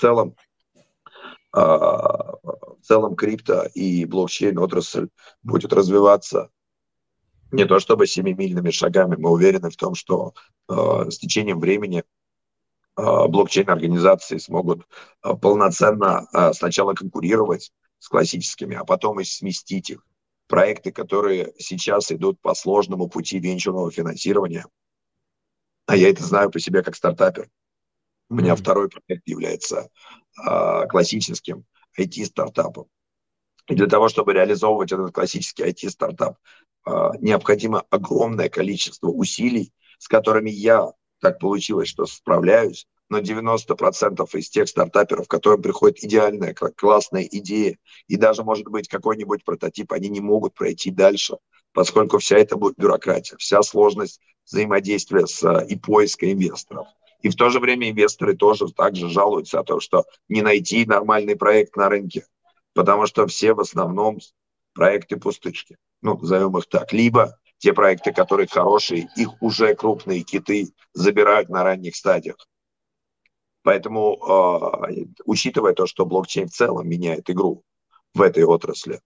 в целом крипто и блокчейн отрасль будет развиваться не то чтобы семимильными шагами. Мы уверены в том, что с течением времени блокчейн-организации смогут полноценно сначала конкурировать с классическими, а потом и сместить их. Проекты, которые сейчас идут по сложному пути венчурного финансирования, а я это знаю по себе как стартапер. У меня второй проект является классическим IT-стартапом. И для того, чтобы реализовывать этот классический IT-стартап, необходимо огромное количество усилий, с которыми я, так получилось, что справляюсь, но 90% из тех стартаперов, которым приходит идеальная, классная идея, и даже, может быть, какой-нибудь прототип, они не могут пройти дальше, поскольку вся эта будет бюрократия, вся сложность взаимодействия и поиска инвесторов. И в то же время инвесторы тоже также жалуются о том, что не найти нормальный проект на рынке, потому что все в основном проекты пустышки, ну, назовем их так, либо те проекты, которые хорошие, их уже крупные киты забирают на ранних стадиях. Поэтому, учитывая то, что блокчейн в целом меняет игру в этой отрасли,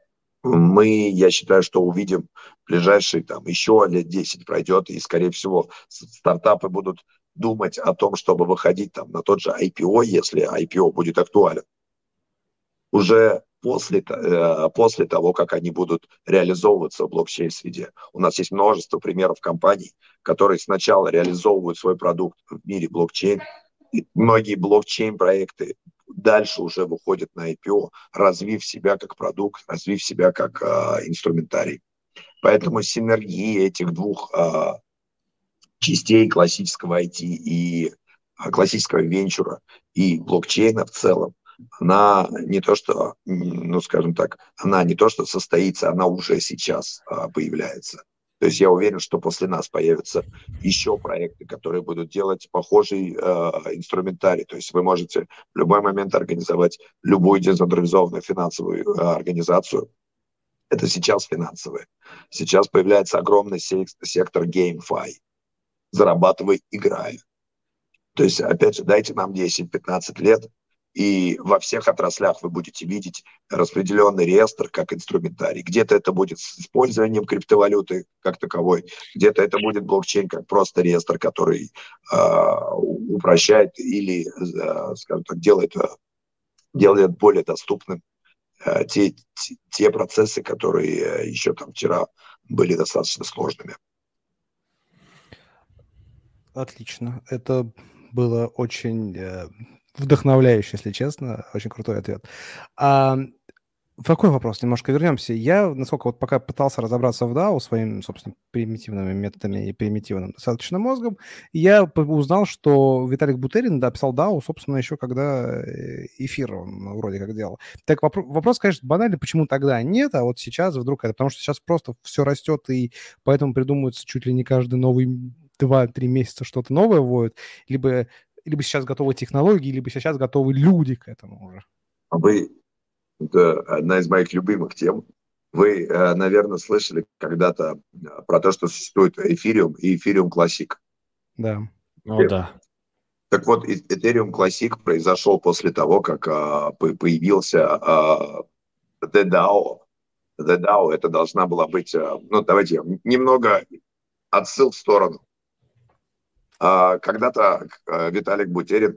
я считаю, что увидим ближайшие еще лет 10 пройдет, и, скорее всего, стартапы будут думать о том, чтобы выходить на тот же IPO, если IPO будет актуален, уже после того, как они будут реализовываться в блокчейн-среде. У нас есть множество примеров компаний, которые сначала реализовывают свой продукт в мире блокчейн, и многие блокчейн-проекты дальше уже выходят на IPO, развив себя как продукт, развив себя как инструментарий. Поэтому синергия этих двух частей классического IT и классического венчура и блокчейна в целом, она не то что, скажем так, она не то что состоится, она уже сейчас появляется. То есть я уверен, что после нас появятся еще проекты, которые будут делать похожий инструментарий. То есть вы можете в любой момент организовать любую децентрализованную финансовую организацию. Это сейчас финансовые. Сейчас появляется огромный сектор GameFi. Зарабатывай, играя. То есть, опять же, дайте нам 10-15 лет, и во всех отраслях вы будете видеть распределенный реестр как инструментарий. Где-то это будет с использованием криптовалюты как таковой, где-то это будет блокчейн как просто реестр, который упрощает или, скажем так, делает более доступным те процессы, которые еще вчера были достаточно сложными. Отлично. Это было очень вдохновляюще, если честно. Очень крутой ответ. В какой вопрос? Немножко вернемся. Я, насколько пока пытался разобраться в DAO своими, собственно, примитивными методами и примитивным достаточно мозгом, я узнал, что Виталик Бутерин писал DAO, собственно, еще когда эфир он вроде как делал. Так вопрос, конечно, банальный, почему тогда нет, а вот сейчас вдруг это, потому что сейчас просто все растет, и поэтому придумывается чуть ли не каждый новый 2-3 месяца что-то новое вводят, либо сейчас готовы технологии, либо сейчас готовы люди к этому уже. Это одна из моих любимых тем. Вы, наверное, слышали когда-то про то, что существует Ethereum и Ethereum Classic. Да. Да. Так вот, Ethereum Classic произошел после того, как появился The DAO. The DAO это должна была быть... давайте немного отсыл в сторону. Когда-то Виталик Бутерин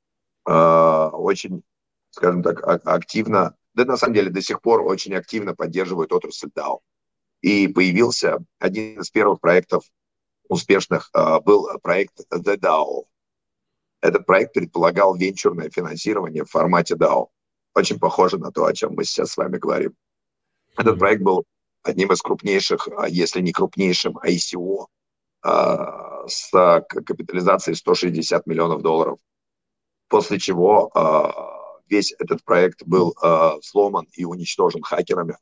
очень, скажем так, активно, да на самом деле до сих пор очень активно поддерживает отрасль DAO. И появился один из первых проектов успешных, был проект The DAO. Этот проект предполагал венчурное финансирование в формате DAO. Очень похоже на то, о чем мы сейчас с вами говорим. Этот проект был одним из крупнейших, если не крупнейшим ICO с капитализацией $160 миллионов. После чего весь этот проект был сломан и уничтожен хакерами.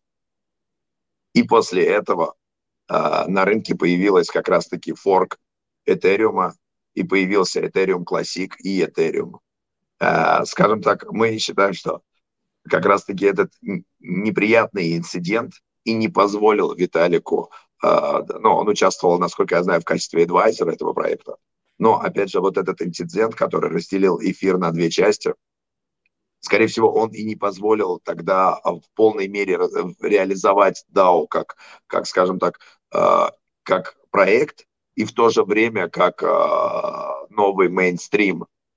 И после этого на рынке появилась как раз-таки форк Ethereum, и появился Ethereum Classic и Ethereum. Скажем так, мы считаем, что как раз-таки этот неприятный инцидент и не позволил Виталику, он участвовал, насколько я знаю, в качестве адвайзера этого проекта. Но, опять же, вот этот инцидент, который разделил эфир на две части, скорее всего, он и не позволил тогда в полной мере реализовать DAO как скажем так, как проект, и в то же время как новый мейнстрим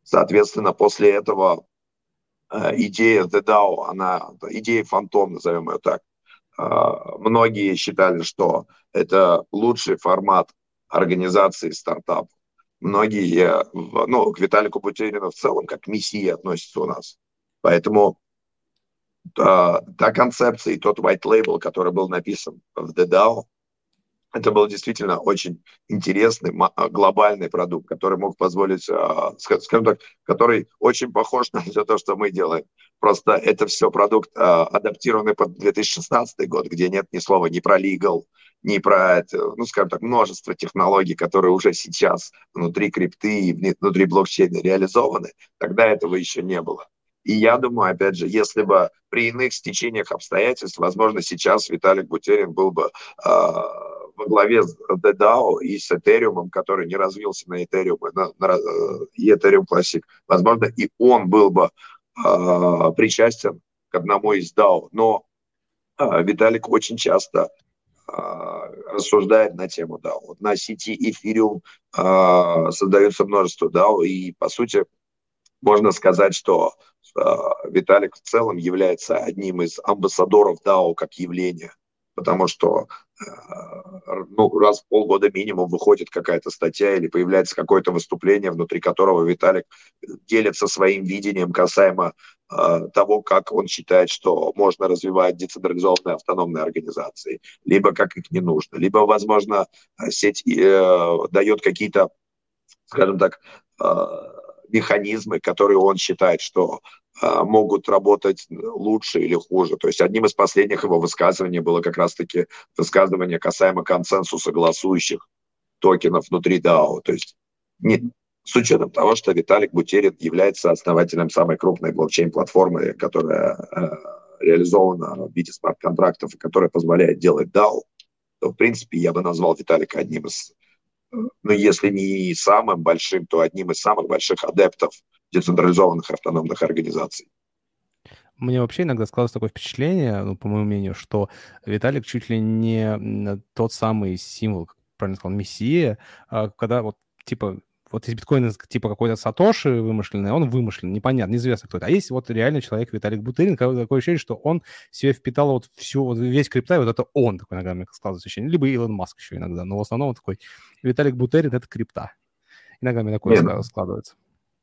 Соответственно, после этого идея The DAO, идея фантом, назовем ее так, многие считали, что это лучший формат организации стартапа. Многие, к Виталику Бутерину в целом как к мессии относятся у нас. Поэтому та концепция и тот white label, который был написан в The DAO, это был действительно очень интересный глобальный продукт, который мог позволить, скажем так, который очень похож на все то, что мы делаем. Просто это все продукт, адаптированный под 2016 год, где нет ни слова ни про legal, ни про, скажем так, множество технологий, которые уже сейчас внутри крипты и внутри блокчейна реализованы. Тогда этого еще не было. И я думаю, опять же, если бы при иных стечениях обстоятельств, возможно, сейчас Виталик Бутерин был бы во главе с DAO и с Ethereum, который не развился на Ethereum, и Ethereum Classic. Возможно, и он был бы причастен к одному из DAO. Но Виталик очень часто рассуждает на тему DAO. Вот на сети Ethereum создается множество DAO, и, по сути, можно сказать, что Виталик в целом является одним из амбассадоров DAO как явления, потому что раз в полгода минимум выходит какая-то статья или появляется какое-то выступление, внутри которого Виталик делится своим видением касаемо того, как он считает, что можно развивать децентрализованные автономные организации, либо как их не нужно, либо, возможно, сеть дает какие-то, скажем так, механизмы, которые он считает, что могут работать лучше или хуже. То есть одним из последних его высказываний было как раз-таки высказывание касаемо консенсуса голосующих токенов внутри DAO. То есть с учетом того, что Виталик Бутерин является основателем самой крупной блокчейн-платформы, которая реализована в виде смарт-контрактов и которая позволяет делать DAO, то, в принципе, я бы назвал Виталика одним из, если не самым большим, то одним из самых больших адептов децентрализованных автономных организаций. Мне вообще иногда складывается такое впечатление, по моему мнению, что Виталик чуть ли не тот самый символ, как правильно сказал, мессия, когда вот есть биткоин, типа какой-то Сатоши вымышленный, он вымышленный, непонятно, неизвестно кто это. А есть вот реально человек Виталик Бутерин, такое ощущение, что он в себе впитал вот весь крипта, и вот это он такой иногда, мне складывается ощущение. Либо Илон Маск еще иногда, но в основном он такой Виталик Бутерин — это крипта. Иногда мне такое складывается.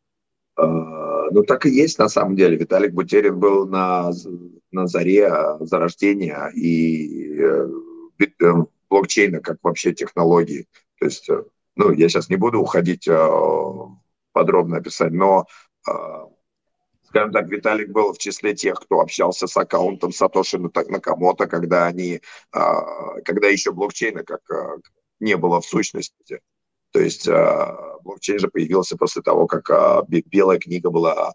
Так и есть на самом деле. Виталик Бутерин был на заре зарождения и блокчейна как вообще технологии. То есть, я сейчас не буду уходить подробно описать, но, скажем так, Виталик был в числе тех, кто общался с аккаунтом Сатоши Накамото, когда еще блокчейна как не было в сущности. То есть блокчейн же появился после того, как белая книга была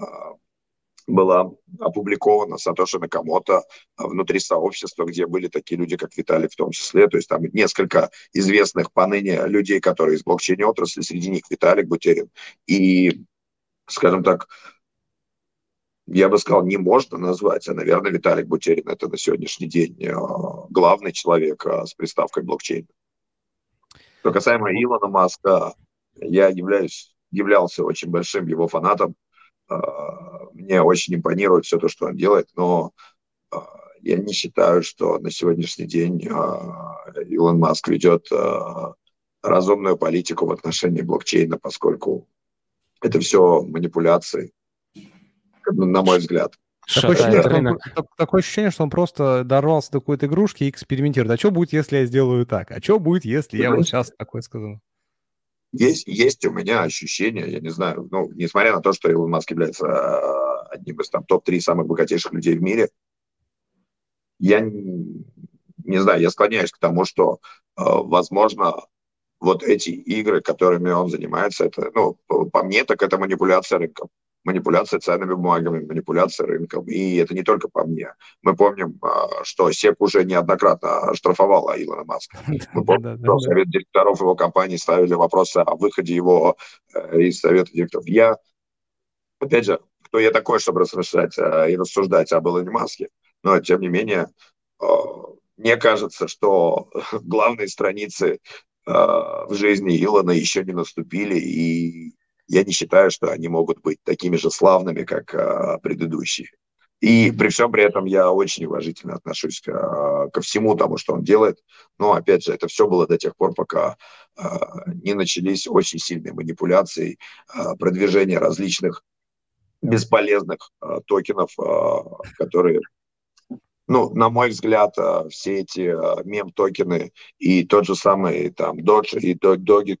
опубликована Сатоши Накамото внутри сообщества, где были такие люди, как Виталик в том числе. То есть там несколько известных поныне людей, которые из блокчейн-отрасли, среди них Виталик Бутерин. И, скажем так, я бы сказал, не можно назвать, а, наверное, Виталик Бутерин — это на сегодняшний день главный человек с приставкой блокчейн. Что касаемо Илона Маска, я являлся очень большим его фанатом. Мне очень импонирует все то, что он делает, но я не считаю, что на сегодняшний день Илон Маск ведет разумную политику в отношении блокчейна, поскольку это все манипуляции, на мой взгляд. Такое ощущение, что он просто дорвался до какой-то игрушки и экспериментирует. А что будет, если я сделаю так? А что будет, если я вот сейчас такое скажу? Есть у меня ощущение, я не знаю, несмотря на то, что Илон Маск является одним из топ-3 самых богатейших людей в мире, я не знаю, я склоняюсь к тому, что, возможно, вот эти игры, которыми он занимается, это, по мне, так это манипуляция рынком. Манипуляция ценными бумагами, манипуляция рынком. И это не только по мне. Мы помним, что СЕК уже неоднократно штрафовал Илона Маска. Мы помним, что совет директоров его компании ставили вопросы о выходе его из совета директоров. Опять же, кто я такой, чтобы размышлять и рассуждать об Илоне Маске? Но, тем не менее, мне кажется, что главные страницы в жизни Илона еще не наступили, и я не считаю, что они могут быть такими же славными, как предыдущие. И при всем при этом я очень уважительно отношусь ко всему тому, что он делает. Но, опять же, это все было до тех пор, пока не начались очень сильные манипуляции, продвижение различных бесполезных токенов, которые, ну, на мой взгляд, все эти мем-токены и тот же самый там Dodge и Doge,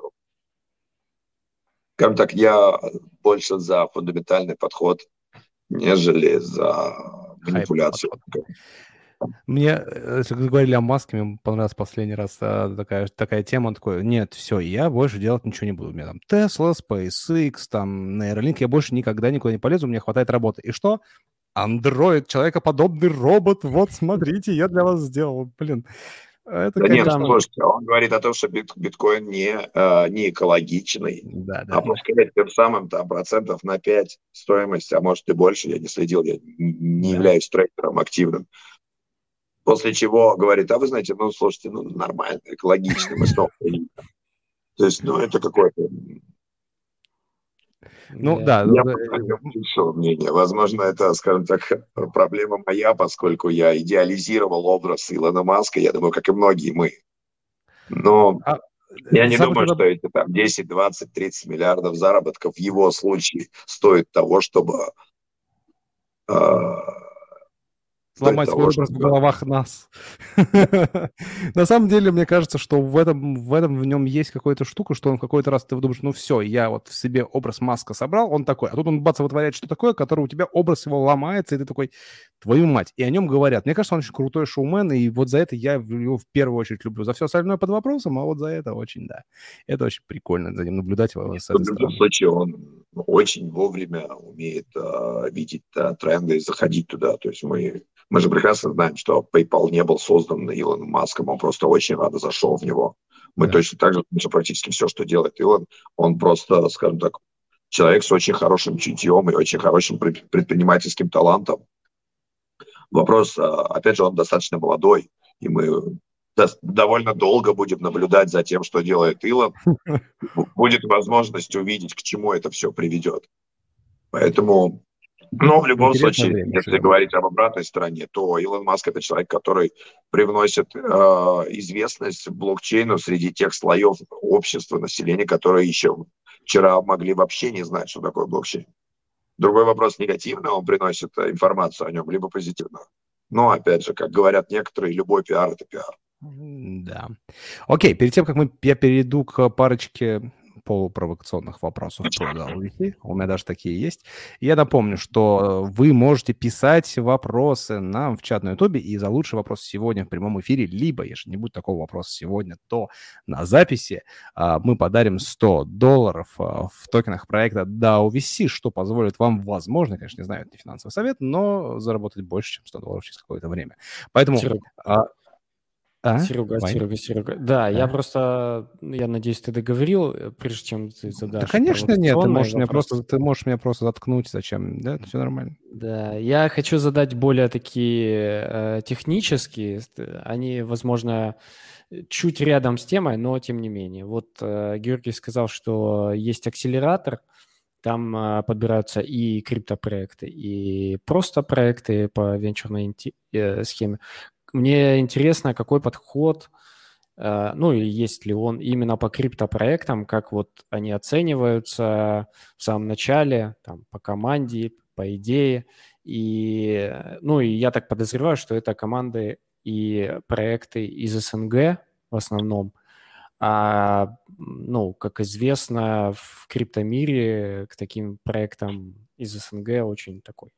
скажем так, я больше за фундаментальный подход, нежели за манипуляцию. Мне, если говорили о Маске, мне понравилась последний раз такая тема, он такой, нет, все, я больше делать ничего не буду. У меня там Tesla, SpaceX, там Neuralink, я больше никогда никуда не полезу, у меня хватает работы. И что? Андроид, человекоподобный робот, вот, смотрите, я для вас сделал. Блин, это, да конечно... нет, слушайте, он говорит о том, что биткоин не экологичный, Да. Опускает тем самым там процентов на 5 стоимость, а может и больше, я не следил, я не являюсь трейдером активным. После чего говорит, а вы знаете, ну, слушайте, ну, нормально, экологично, мы снова. То есть, ну, это какое-то... Ну, да. Я поддерживаю мнение. Возможно, это, скажем так, проблема моя, поскольку я идеализировал образ Илона Маска, я думаю, как и многие мы. Но я не думаю, что эти там 10, 20, 30 миллиардов заработков в его случае стоит того, чтобы... сломать свой образ в головах нас. На самом деле, мне кажется, что в нем есть какая-то штука, что он в какой-то раз ты думаешь, ну все, я вот в себе образ Маска собрал, он такой, а тут он бац, вытворяет что такое, которое у тебя образ его ломается, и ты такой, твою мать, и о нем говорят. Мне кажется, он очень крутой шоумен, и вот за это я его в первую очередь люблю. За все остальное под вопросом, а вот за это очень, да. Это очень прикольно за ним наблюдать его с этой стороны. В любом случае, он очень вовремя умеет видеть тренды и заходить туда. То есть мы же прекрасно знаем, что PayPal не был создан Илоном Маском, он просто очень рано зашел в него. Мы точно так же, что практически все, что делает Илон, он просто, скажем так, человек с очень хорошим чутьем и очень хорошим предпринимательским талантом. Вопрос, опять же, он достаточно молодой, и мы довольно долго будем наблюдать за тем, что делает Илон. Будет возможность увидеть, к чему это все приведет. Поэтому... Но в любом случае, если говорить об обратной стороне, то Илон Маск – это человек, который привносит известность блокчейну среди тех слоев общества, населения, которые еще вчера могли вообще не знать, что такое блокчейн. Другой вопрос, негативно он приносит информацию о нем, либо позитивно. Но, опять же, как говорят некоторые, любой пиар – это пиар. Да. Окей, перед тем, как я перейду к парочке полупровокационных вопросов про WC. У меня даже такие есть. Я напомню, что вы можете писать вопросы нам в чат на Ютубе, и за лучший вопрос сегодня в прямом эфире, либо, если не будет такого вопроса сегодня, то на записи мы подарим $100 в токенах проекта DAO-VC, что позволит вам, возможно, конечно, не знаю, это не финансовый совет, но заработать больше, чем $100 через какое-то время. Поэтому... Серега. Да, я надеюсь, ты договорил, прежде чем ты задашь. Да, конечно, нет, ты можешь меня просто заткнуть, зачем, да, это все нормально. Да, я хочу задать более такие технические, они, возможно, чуть рядом с темой, но тем не менее. Вот Георгий сказал, что есть акселератор, там подбираются и криптопроекты, и просто проекты по венчурной схеме. Мне интересно, какой подход, ну и есть ли он именно по криптопроектам, как вот они оцениваются в самом начале, там, по команде, по идее. И, ну и я так подозреваю, что это команды и проекты из СНГ в основном. А, ну, как известно, в криптомире к таким проектам из СНГ очень такой...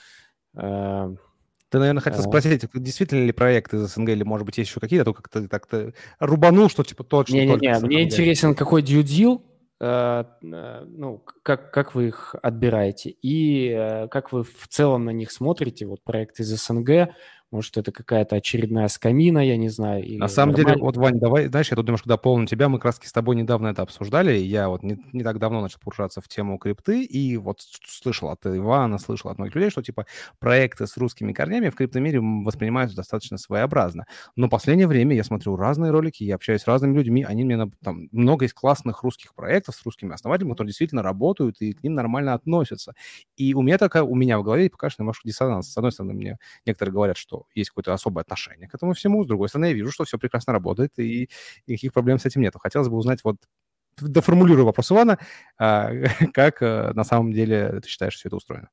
Ты, наверное, хотел спросить, действительно ли проект из СНГ, или, может быть, есть еще какие-то, только ты так-то рубанул, что типа точно Не-не-не, мне интересен, какой due deal, ну, как вы их отбираете, и как вы в целом на них смотрите, вот проект из СНГ, Может, это какая-то очередная скамина, я не знаю, или На самом деле, нормально? вот, Вань, давай, знаешь, я тут немножко дополню тебя. Мы как раз с тобой недавно это обсуждали. Я вот не так давно начал погружаться в тему крипты, и вот слышал от Ивана, слышал от многих людей, что, типа, проекты с русскими корнями в криптомире воспринимаются достаточно своеобразно. Но в последнее время я смотрю разные ролики, я общаюсь с разными людьми, они мне, там, много есть классных русских проектов с русскими основателями, которые действительно работают и к ним нормально относятся. И у меня в голове пока что немножко диссонанс. С одной стороны, мне некоторые говорят, что есть какое-то особое отношение к этому всему. С другой стороны, я вижу, что все прекрасно работает, и никаких проблем с этим нету. Хотелось бы узнать, вот, доформулирую вопрос Ивана, как на самом деле ты считаешь, все это устроено?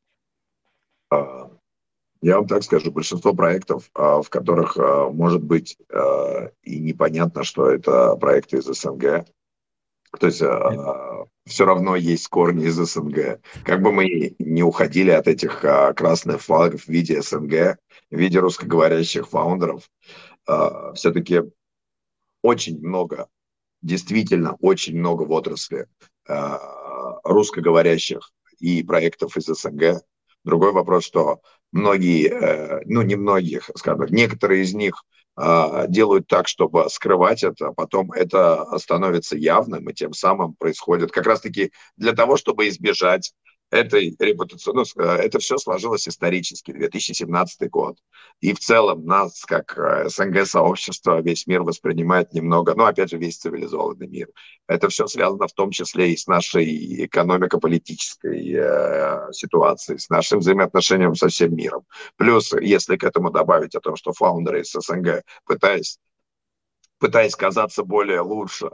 Я вам так скажу, большинство проектов, в которых, может быть, и непонятно, что это проекты из СНГ, то есть все равно есть корни из СНГ. Как бы мы не уходили от этих красных флагов в виде СНГ, в виде русскоговорящих фаундеров, все-таки очень много, действительно очень много в отрасли русскоговорящих и проектов из СНГ. Другой вопрос, что многие, ну не многих, скажем так, некоторые из них делают так, чтобы скрывать это, потом это становится явным, и тем самым происходит как раз-таки для того, чтобы избежать этой репутации. Ну, это все сложилось исторически, 2017 год. И в целом нас, как СНГ-сообщество, весь мир воспринимает немного, ну, опять же, весь цивилизованный мир. Это все связано в том числе и с нашей экономико-политической ситуацией, с нашим взаимоотношением со всем миром. Плюс, если к этому добавить о том, что фаундеры из СНГ, пытаясь казаться более лучше,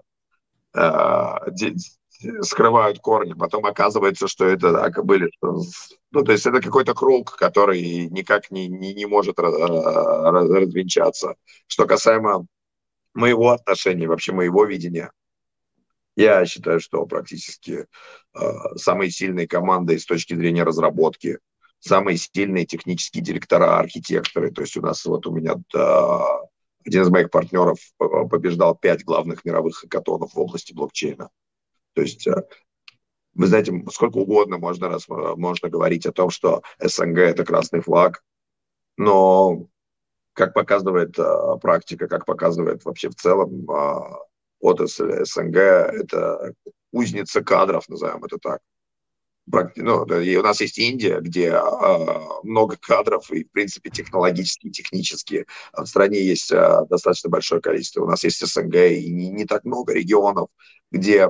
скрывают корни, потом оказывается, что это так были. Ну, то есть это какой-то круг, который никак не может развенчаться. Что касаемо моего отношения, вообще моего видения, я считаю, что практически самые сильные команды с точки зрения разработки, самые сильные технические директора, архитекторы. То есть у меня один из моих партнеров побеждал 5 главных мировых хакатонов в области блокчейна. То есть, вы знаете, сколько угодно можно говорить о том, что СНГ – это красный флаг, но, как показывает практика, как показывает вообще в целом отрасль СНГ, это кузница кадров, назовем это так. Ну, и у нас есть Индия, где много кадров, и, в принципе, технологически, технически в стране есть достаточно большое количество. У нас есть СНГ, и не так много регионов, где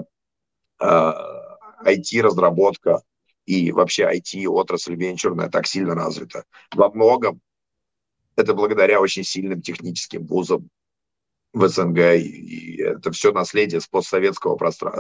IT-разработка и вообще IT-отрасль венчурная так сильно развита. Во многом это благодаря очень сильным техническим вузам в СНГ, и это все наследие с постсоветского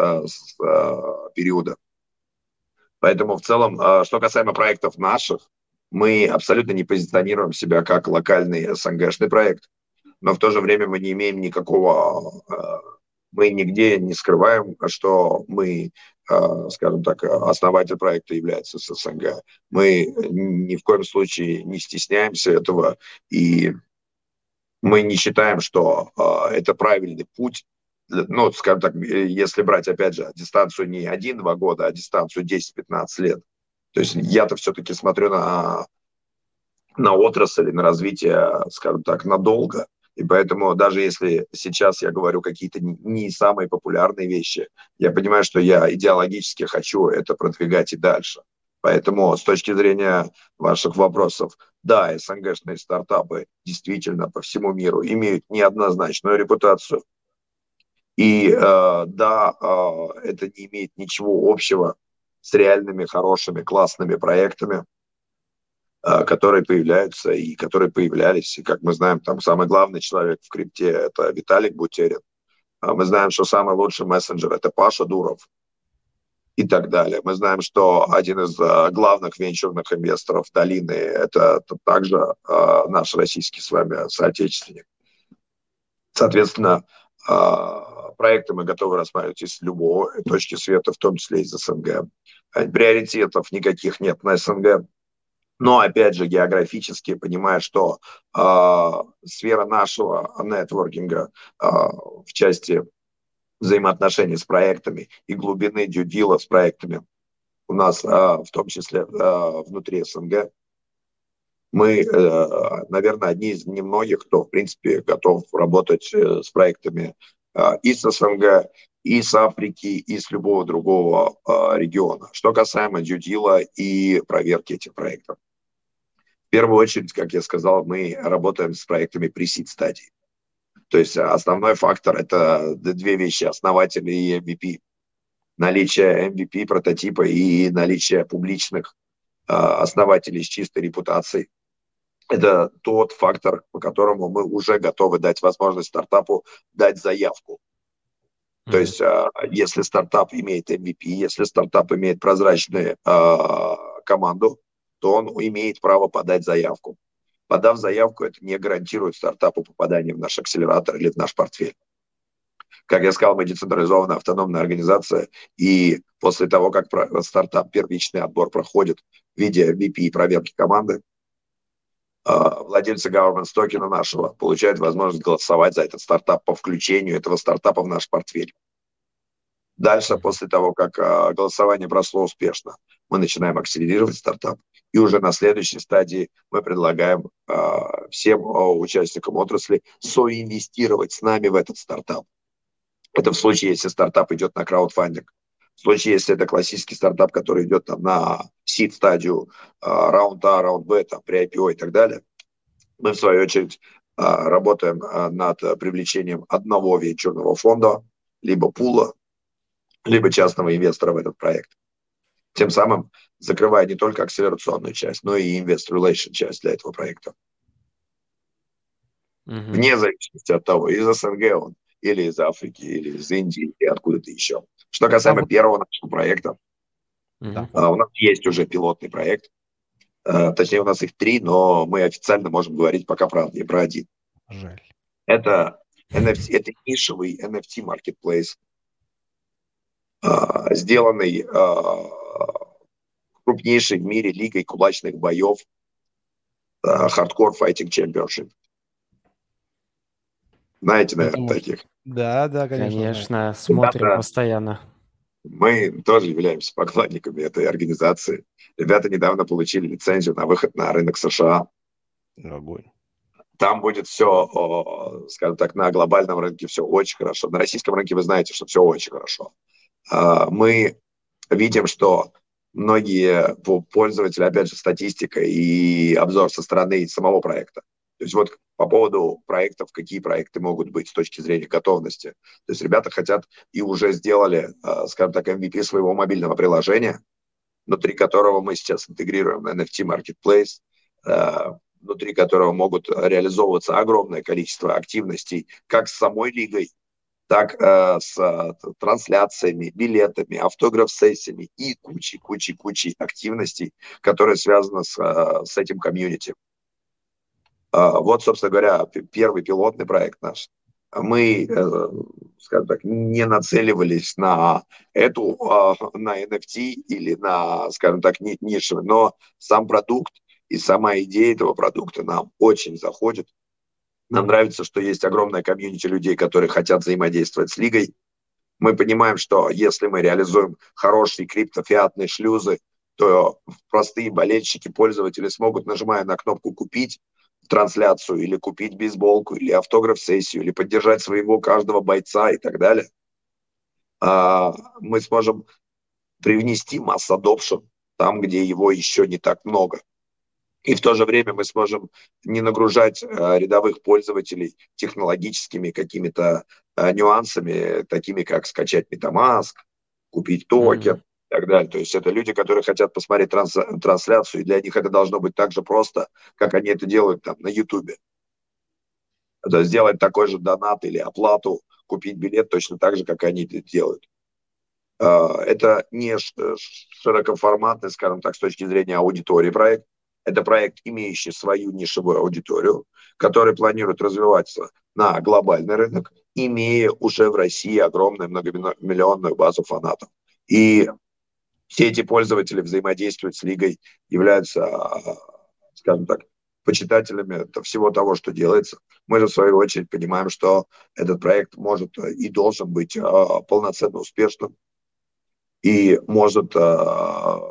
периода. Поэтому в целом, что касаемо проектов наших, мы абсолютно не позиционируем себя как локальный СНГшный проект, но в то же время мы не имеем никакого... Мы нигде не скрываем, что мы, скажем так, основатель проекта является с СНГ. Мы ни в коем случае не стесняемся этого, и мы не считаем, что это правильный путь. Ну, скажем так, если брать, опять же, дистанцию не 1-2 года, а дистанцию 10-15 лет. То есть я-то все-таки смотрю на отрасль, на развитие, скажем так, надолго. И поэтому даже если сейчас я говорю какие-то не самые популярные вещи, я понимаю, что я идеологически хочу это продвигать и дальше. Поэтому с точки зрения ваших вопросов, да, СНГшные стартапы действительно по всему миру имеют неоднозначную репутацию. И да, это не имеет ничего общего с реальными, хорошими, классными проектами, которые появляются и которые появлялись. И, как мы знаем, там самый главный человек в крипте – это Виталик Бутерин. Мы знаем, что самый лучший мессенджер – это Паша Дуров и так далее. Мы знаем, что один из главных венчурных инвесторов долины – это также наш российский с вами соотечественник. Соответственно, проекты мы готовы рассматривать из любой точки света, в том числе из СНГ. Приоритетов никаких нет на СНГ. Но, опять же, географически, понимая, что сфера нашего нетворкинга в части взаимоотношений с проектами и глубины дью-дила с проектами у нас, в том числе внутри СНГ, Мы, наверное, одни из немногих, кто, в принципе, готов работать с проектами и с СНГ, и с Африки, и с любого другого региона. Что касаемо due deal и проверки этих проектов. В первую очередь, как я сказал, мы работаем с проектами pre-seed стадии. То есть основной фактор – это две вещи – основатели и MVP. Наличие MVP, прототипа и наличие публичных основателей с чистой репутацией. Это тот фактор, по которому мы уже готовы дать возможность стартапу дать заявку. То есть, если стартап имеет MVP, если стартап имеет прозрачную команду, то он имеет право подать заявку. Подав заявку, это не гарантирует стартапу попадание в наш акселератор или в наш портфель. Как я сказал, мы децентрализованная автономная организация, и после того, как стартап первичный отбор проходит в виде MVP и проверки команды, владельцы governance токена нашего получают возможность голосовать за этот стартап по включению этого стартапа в наш портфель. Дальше, после того, как голосование прошло успешно, мы начинаем акселерировать стартап. И уже на следующей стадии мы предлагаем всем участникам отрасли соинвестировать с нами в этот стартап. Это в случае, если стартап идет на краудфандинг. В случае, если это классический стартап, который идет там, на сид-стадию, раунд А, раунд Б, там, при IPO и так далее, мы, в свою очередь, работаем над привлечением одного венчурного фонда, либо пула, либо частного инвестора в этот проект. Тем самым закрывая не только акселерационную часть, но и investor relation часть для этого проекта. Вне зависимости от того, из СНГ он, или из Африки, или из Индии, или откуда-то еще. Что касаемо первого нашего проекта, у нас есть уже пилотный проект. Точнее, у нас их 3, но мы официально можем говорить пока не про один. Жаль. Это NFT, это нишевый NFT marketplace, сделанный крупнейшей в мире лигой кулачных боев Hardcore Fighting Championship. Знаете, наверное, таких? Да, конечно. Конечно, смотрим постоянно. Мы тоже являемся поклонниками этой организации. Ребята недавно получили лицензию на выход на рынок США. Огонь. Там будет все, скажем так, на глобальном рынке все очень хорошо. На российском рынке вы знаете, что все очень хорошо. Мы видим, что многие пользователи, опять же, статистика и обзор со стороны самого проекта. То есть вот по поводу проектов, какие проекты могут быть с точки зрения готовности. То есть ребята хотят и уже сделали, скажем так, MVP своего мобильного приложения, внутри которого мы сейчас интегрируем NFT Marketplace, внутри которого могут реализовываться огромное количество активностей как с самой лигой, так с трансляциями, билетами, автограф-сессиями и кучей активностей, которые связаны с этим комьюнити. Вот, собственно говоря, первый пилотный проект наш. Мы, скажем так, не нацеливались на NFT или на, скажем так, нишевый, но сам продукт и сама идея этого продукта нам очень заходит. Нам нравится, что есть огромное комьюнити людей, которые хотят взаимодействовать с лигой. Мы понимаем, что если мы реализуем хорошие криптофиатные шлюзы, то простые болельщики, пользователи смогут, нажимая на кнопку «Купить», трансляцию или купить бейсболку или автограф-сессию или поддержать своего каждого бойца и так далее, мы сможем привнести масс adoption там, где его еще не так много. И в то же время мы сможем не нагружать рядовых пользователей технологическими какими-то нюансами, такими как скачать MetaMask, купить токен, и так далее. То есть это люди, которые хотят посмотреть трансляцию, и для них это должно быть так же просто, как они это делают там на Ютубе. Это сделать такой же донат или оплату, купить билет точно так же, как они это делают. Это не широкоформатный, скажем так, с точки зрения аудитории проект. Это проект, имеющий свою нишевую аудиторию, который планирует развиваться на глобальный рынок, имея уже в России огромную многомиллионную базу фанатов. И все эти пользователи взаимодействуют с лигой, являются, скажем так, почитателями всего того, что делается. Мы же, в свою очередь, понимаем, что этот проект может и должен быть полноценно успешным и может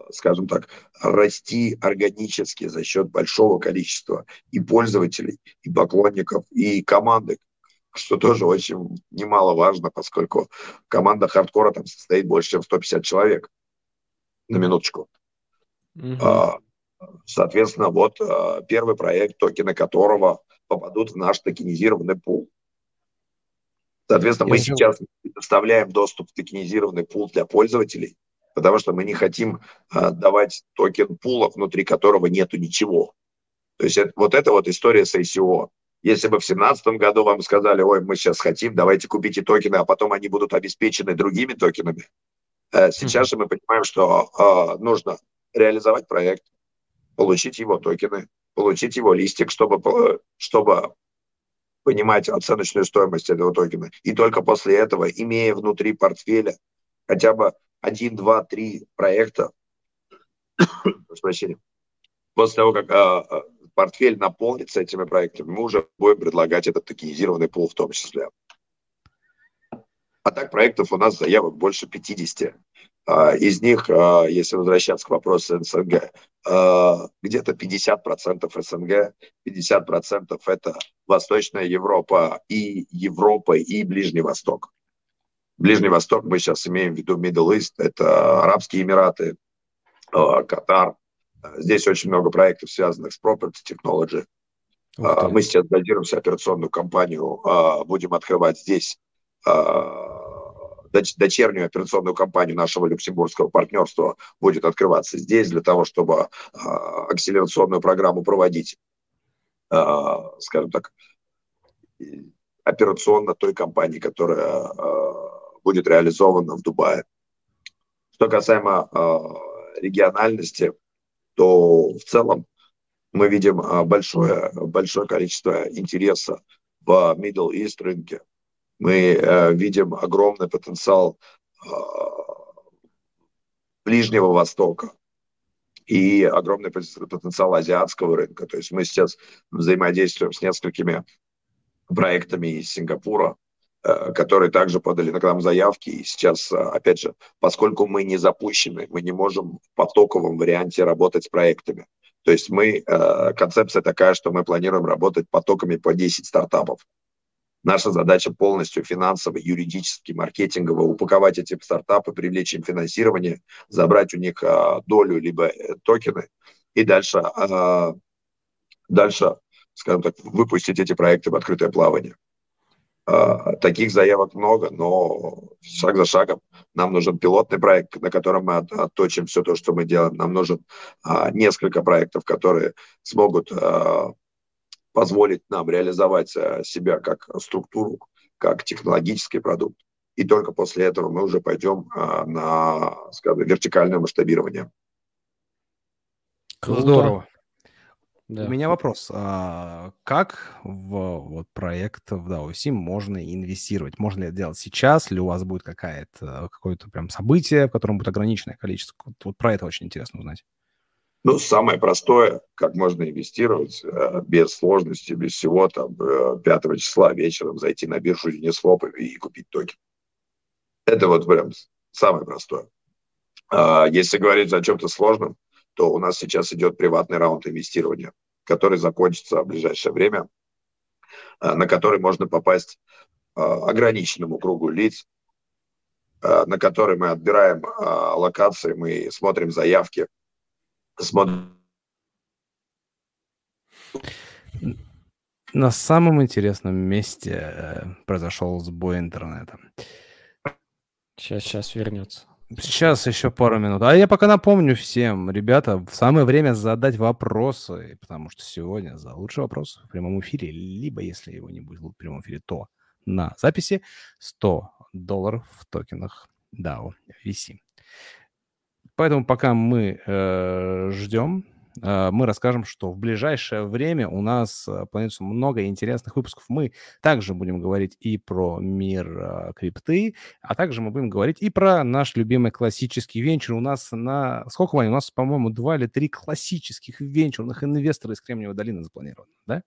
скажем так, расти органически за счет большого количества и пользователей, и поклонников, и команды, что тоже очень немаловажно, поскольку команда хардкора там состоит больше, чем 150 человек, на минуточку. Мгм. Соответственно, вот первый проект, токены которого попадут в наш токенизированный пул. Соответственно, Я мы уже... сейчас предоставляем доступ в токенизированный пул для пользователей, потому что мы не хотим давать токен пула, внутри которого нету ничего. То есть вот это вот история с ICO. Если бы в 2017 году вам сказали, ой, мы сейчас хотим, давайте купите токены, а потом они будут обеспечены другими токенами. Сейчас же мы понимаем, что нужно реализовать проект, получить его токены, получить его листик, чтобы понимать оценочную стоимость этого токена. И только после этого, имея внутри портфеля хотя бы 1, 2, 3 проекта, после того, как портфель наполнится этими проектами, мы уже будем предлагать этот токенизированный пул в том числе. А так проектов у нас заявок больше 50. Из них, если возвращаться к вопросу СНГ, где-то 50% СНГ, 50% это Восточная Европа, и Ближний Восток. Ближний Восток мы сейчас имеем в виду Middle East, это Арабские Эмираты, Катар. Здесь очень много проектов, связанных с Property Technology. Мы сейчас базируемся, операционную компанию будем открывать здесь, дочернюю операционную компанию нашего люксембургского партнерства будет открываться здесь для того, чтобы акселерационную программу проводить, скажем так, операционно той компании, которая будет реализована в Дубае. Что касаемо региональности, то в целом мы видим большое количество интереса в Middle East рынке. Мы видим огромный потенциал Ближнего Востока и огромный потенциал азиатского рынка. То есть мы сейчас взаимодействуем с несколькими проектами из Сингапура, которые также подали к нам заявки. И сейчас, опять же, поскольку мы не запущены, мы не можем в потоковом варианте работать с проектами. То есть концепция такая, что мы планируем работать потоками по 10 стартапов. Наша задача полностью финансово, юридически, маркетингово упаковать эти стартапы, привлечь им финансирование, забрать у них долю либо токены и дальше, скажем так, выпустить эти проекты в открытое плавание. Таких заявок много, но шаг за шагом нам нужен пилотный проект, на котором мы отточим все то, что мы делаем. Нам нужен несколько проектов, которые смогут позволить нам реализовать себя как структуру, как технологический продукт. И только после этого мы уже пойдем на, скажем, вертикальное масштабирование. Круто. Здорово. Да. У меня вопрос. Как в проект в DAO-VC можно инвестировать? Можно ли это делать сейчас, или у вас будет какое-то прям событие, в котором будет ограниченное количество? Вот про это очень интересно узнать. Ну, самое простое, как можно инвестировать без сложности, без всего, там, 5 числа вечером зайти на биржу Uniswap и купить токен. Это вот прям самое простое. Если говорить о чем-то сложном, то у нас сейчас идет приватный раунд инвестирования, который закончится в ближайшее время, на который можно попасть ограниченному кругу лиц, на который мы отбираем локации, мы смотрим заявки, На самом интересном месте произошел сбой интернета. Сейчас вернется. Сейчас еще пару минут. А я пока напомню всем, ребята, самое время задать вопросы, потому что сегодня за лучший вопрос в прямом эфире, либо, если его не будет в прямом эфире, то на записи $100 в токенах DAO VC. Поэтому пока мы ждем, мы расскажем, что в ближайшее время у нас планируется много интересных выпусков. Мы также будем говорить и про мир крипты, а также мы будем говорить и про наш любимый классический венчур. У нас сколько, Ваня? У нас, по-моему, 2 или 3 классических венчурных инвестора из Кремниевой долины запланировано, да?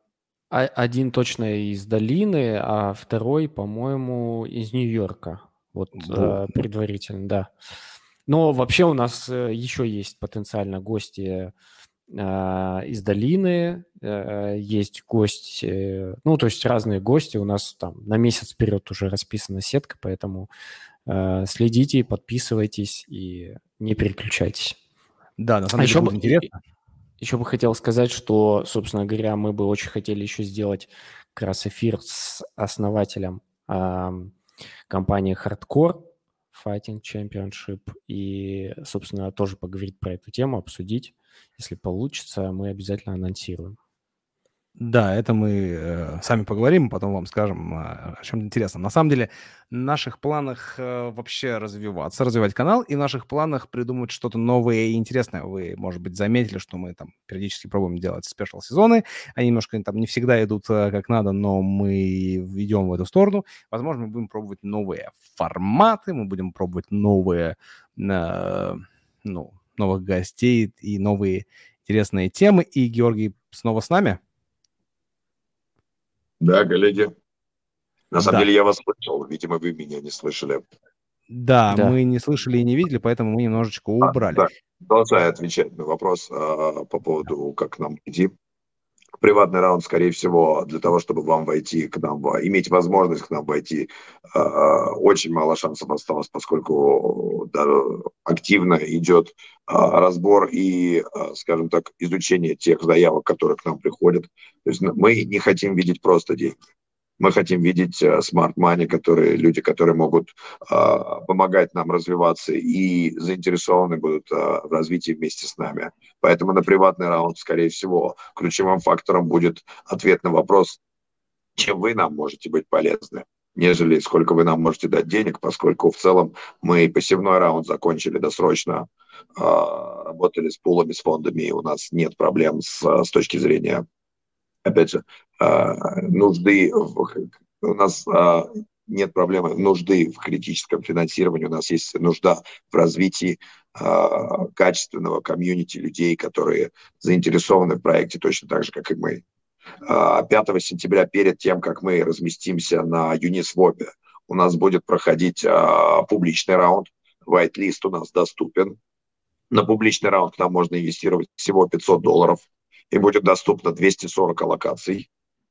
Один точно из долины, а второй, по-моему, из Нью-Йорка. Вот предварительно, да. Но вообще у нас еще есть потенциально гости из долины, есть гость, ну, то есть разные гости. У нас там на месяц вперед уже расписана сетка, поэтому следите, подписывайтесь и не переключайтесь. Да, на самом деле будет интересно. Еще бы хотел сказать, что, собственно говоря, мы бы очень хотели еще сделать как раз эфир с основателем компании Hardcore Fighting Championship и, собственно, тоже поговорить про эту тему, обсудить. Если получится, мы обязательно анонсируем. Да, это мы сами поговорим, потом вам скажем о чем-то интересном. На самом деле, в наших планах вообще развивать канал, и в наших планах придумать что-то новое и интересное. Вы, может быть, заметили, что мы там периодически пробуем делать спешл-сезоны. Они немножко там не всегда идут как надо, но мы идем в эту сторону. Возможно, мы будем пробовать новые форматы, мы будем пробовать новые, новых гостей и новые интересные темы. И Георгий снова с нами. Да, коллеги. На самом деле я вас слышал, видимо, вы меня не слышали. Да, мы не слышали и не видели, поэтому мы немножечко убрали. Да. Продолжаю отвечать на вопрос по поводу, как нам идти. Приватный раунд, скорее всего, для того, чтобы вам войти к нам, иметь возможность к нам войти, очень мало шансов осталось, поскольку активно идет разбор и, скажем так, изучение тех заявок, которые к нам приходят. То есть мы не хотим видеть просто деньги. Мы хотим видеть smart money, люди, которые могут помогать нам развиваться и заинтересованы будут в развитии вместе с нами. Поэтому на приватный раунд, скорее всего, ключевым фактором будет ответ на вопрос, чем вы нам можете быть полезны, нежели сколько вы нам можете дать денег, поскольку в целом мы пассивной раунд закончили досрочно, работали с пулами, с фондами, и у нас нет проблем с точки зрения, опять же, нужды, у нас нет проблемы нужды в критическом финансировании, у нас есть нужда в развитии качественного комьюнити людей, которые заинтересованы в проекте точно так же, как и мы. 5 сентября, перед тем, как мы разместимся на Uniswap, у нас будет проходить публичный раунд, whitelist у нас доступен. На публичный раунд к нам можно инвестировать всего $500, и будет доступно 240 аллокаций.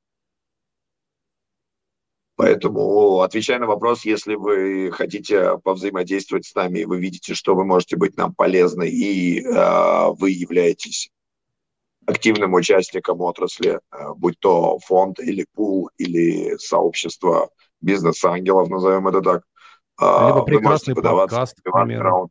Поэтому, отвечая на вопрос, если вы хотите повзаимодействовать с нами, и вы видите, что вы можете быть нам полезны, и вы являетесь активным участником отрасли, будь то фонд или пул, или сообщество бизнес-ангелов, назовем это так, либо вы можете подаваться подкаст, в приватный раунд.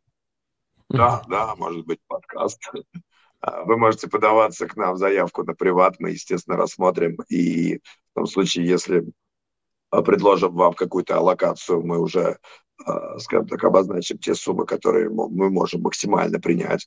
Да, может быть, подкаст. Вы можете подаваться к нам в заявку на приват, мы, естественно, рассмотрим, и в том случае, если предложим вам какую-то аллокацию, мы уже, скажем так, обозначим те суммы, которые мы можем максимально принять.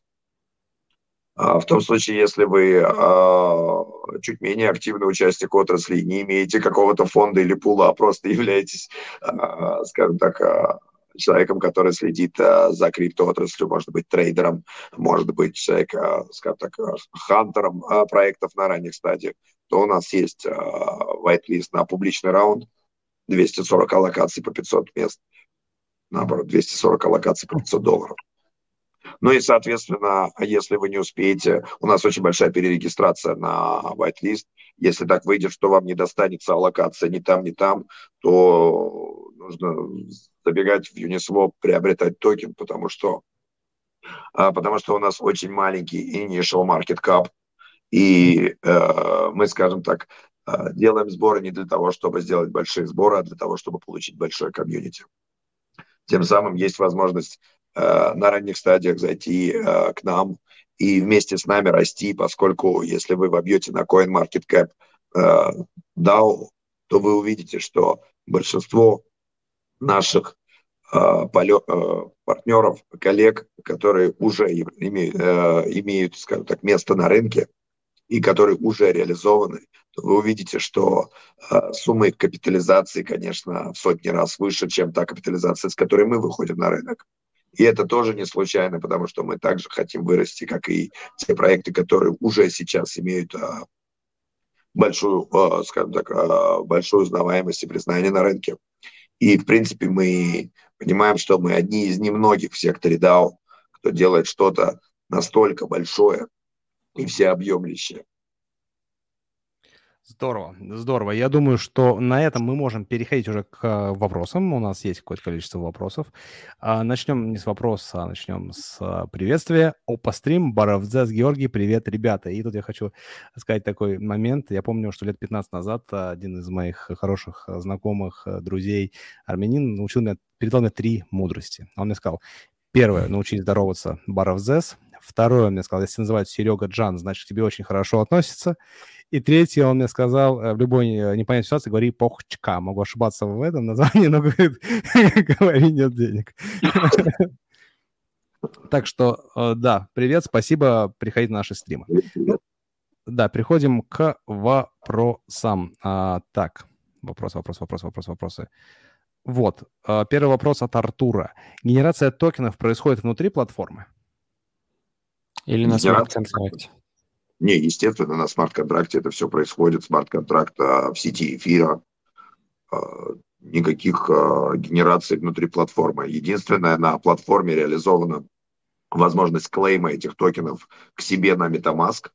В том случае, если вы чуть менее активный участник отрасли, не имеете какого-то фонда или пула, а просто являетесь, скажем так, человеком, который следит за криптоотраслью, может быть, трейдером, может быть, человеком, скажем так, хантером проектов на ранних стадиях, то у нас есть whitelist на публичный раунд, 240 аллокаций по 500 мест, наоборот, 240 аллокаций по $500. Ну и, соответственно, если вы не успеете, у нас очень большая перерегистрация на whitelist. Если так выйдет, что вам не достанется аллокация ни там, то нужно забегать в Uniswap, приобретать токен, потому что у нас очень маленький initial market cap, и мы, скажем так, делаем сборы не для того, чтобы сделать большие сборы, а для того, чтобы получить большое комьюнити. Тем самым есть возможность на ранних стадиях зайти к нам и вместе с нами расти, поскольку если вы вобьете на CoinMarketCap DAO, то вы увидите, что большинство наших партнеров, коллег, которые уже имеют, скажем так, место на рынке и которые уже реализованы, то вы увидите, что сумма их капитализации, конечно, в сотни раз выше, чем та капитализация, с которой мы выходим на рынок. И это тоже не случайно, потому что мы также хотим вырасти, как и те проекты, которые уже сейчас имеют большую, скажем так, большую узнаваемость и признание на рынке. И, в принципе, мы понимаем, что мы одни из немногих в секторе DAO, кто делает что-то настолько большое и всеобъемлющее. Здорово, здорово. Я думаю, что на этом мы можем переходить уже к вопросам. У нас есть какое-то количество вопросов. Начнем не с вопроса, а начнем с приветствия. Опастрим, Боровдзес, Георгий, привет, ребята. И тут я хочу сказать такой момент. Я помню, что лет 15 назад один из моих хороших знакомых, друзей, армянин, передал мне 3 мудрости. Он мне сказал: первое, научись здороваться, Боровдзес. Второе, он мне сказал, если называют Серега Джан, значит, к тебе очень хорошо относятся. И третье, он мне сказал, в любой непонятной ситуации говори похчка. Могу ошибаться в этом названии, но, говорит, говори, нет денег. Так что, да, привет, спасибо, приходите на наши стримы. Да, переходим к вопросам. Так, вопросы. Вот, первый вопрос от Артура. Генерация токенов происходит внутри платформы? Или на смарт-контракте? Не, естественно, на смарт-контракте это все происходит. Смарт-контракт в сети эфира. Никаких генераций внутри платформы. Единственное, на платформе реализована возможность клейма этих токенов к себе на MetaMask.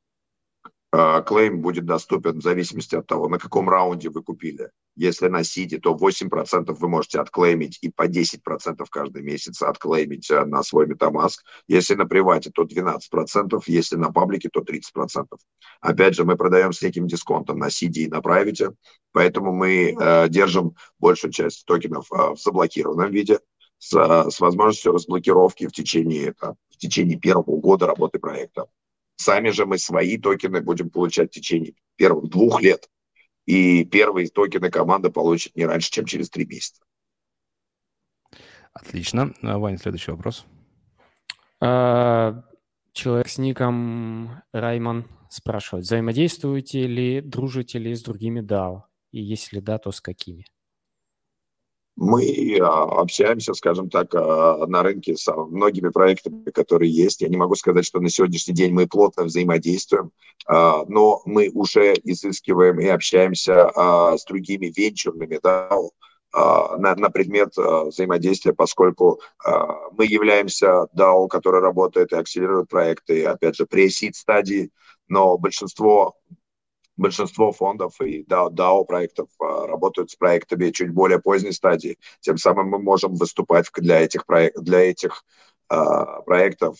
Клейм будет доступен в зависимости от того, на каком раунде вы купили. Если на сиде, то 8% вы можете отклеймить и по 10% каждый месяц отклеймить на свой MetaMask. Если на привате, то 12%, если на паблике, то 30%. Опять же, мы продаем с неким дисконтом на сиде и на правите, поэтому мы держим большую часть токенов в заблокированном виде с возможностью разблокировки в течение первого года работы проекта. Сами же мы свои токены будем получать в течение первых 2 лет. И первые токены команда получит не раньше, чем через 3 месяца. Отлично. Ваня, следующий вопрос. Человек с ником Райман спрашивает, взаимодействуете ли, дружите ли с другими DAO? И если да, то с какими? Мы общаемся, скажем так, на рынке с многими проектами, которые есть. Я не могу сказать, что на сегодняшний день мы плотно взаимодействуем, но мы уже изыскиваем и общаемся с другими венчурными DAO на предмет взаимодействия, поскольку мы являемся DAO, который работает и акселерирует проекты, опять же, pre-seed стадии, но большинство фондов и DAO проектов работают с проектами чуть более поздней стадии. Тем самым мы можем выступать для этих проектов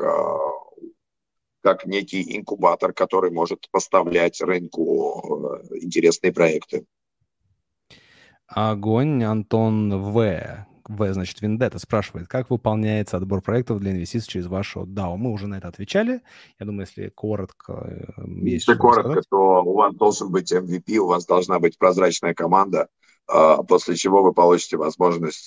как некий инкубатор, который может поставлять рынку интересные проекты. Огонь. Антон В. Значит, Вендетта спрашивает, как выполняется отбор проектов для инвестиций через вашу DAO? Мы уже на это отвечали. Я думаю, если коротко... Если коротко, то у вас должен быть MVP, у вас должна быть прозрачная команда, после чего вы получите возможность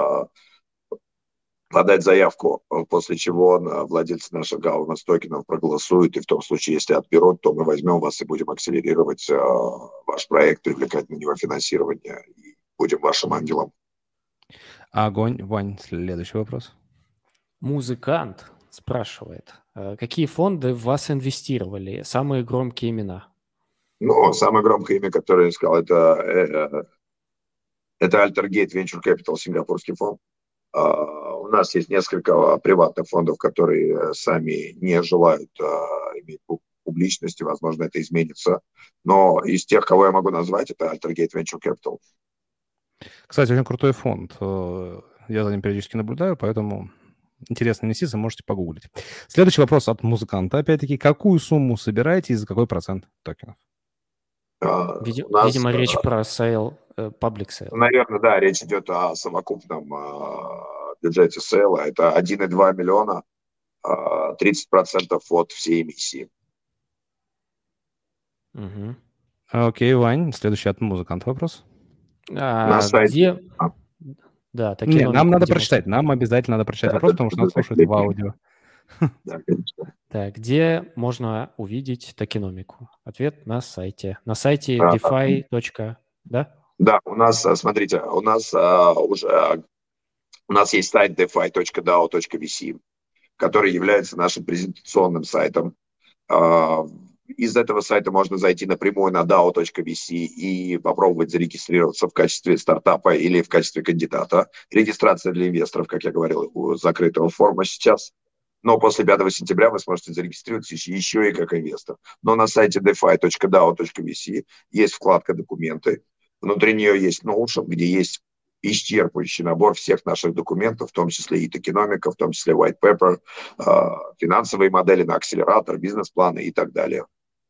подать заявку, после чего владельцы наших governance токенов проголосуют, и в том случае, если отберут, то мы возьмем вас и будем акселерировать ваш проект, привлекать на него финансирование, и будем вашим ангелом. Огонь. Вань, следующий вопрос. Музыкант спрашивает, какие фонды в вас инвестировали? Самые громкие имена? Ну, самое громкое имя, которое я сказал, это Altergate Venture Capital, сингапурский фонд. У нас есть несколько приватных фондов, которые сами не желают иметь публичности, возможно, это изменится. Но из тех, кого я могу назвать, это Altergate Venture Capital. Кстати, очень крутой фонд. Я за ним периодически наблюдаю, поэтому интересные инвестиции можете погуглить. Следующий вопрос от музыканта. Опять-таки, какую сумму собираете и за какой процент токенов? Видимо, речь про сейл, public sale. Наверное, да, речь идет о совокупном бюджете сейла. Это 1,2 миллиона, 30% от всей эмиссии. Угу. Окей, Вань, следующий от музыканта вопрос. На сайте. Да, Нет, нам надо прочитать. Нам обязательно надо прочитать вопрос, потому что нас слушают в аудио. Да, конечно. Так, где можно увидеть токеномику? Ответ на сайте. На сайте defi. Да? Да, у нас, смотрите, у нас есть сайт defi.dao.vc, который является нашим презентационным сайтом. из этого сайта можно зайти напрямую на dao.vc и попробовать зарегистрироваться в качестве стартапа или в качестве кандидата. Регистрация для инвесторов, как я говорил, закрытая форма сейчас. Но после 5 сентября вы сможете зарегистрироваться еще и как инвестор. Но на сайте defi.dao.vc есть вкладка «Документы». Внутри нее есть Notion, где есть исчерпывающий набор всех наших документов, в том числе и токеномика, в том числе white paper, финансовые модели на акселератор, бизнес-планы и так далее.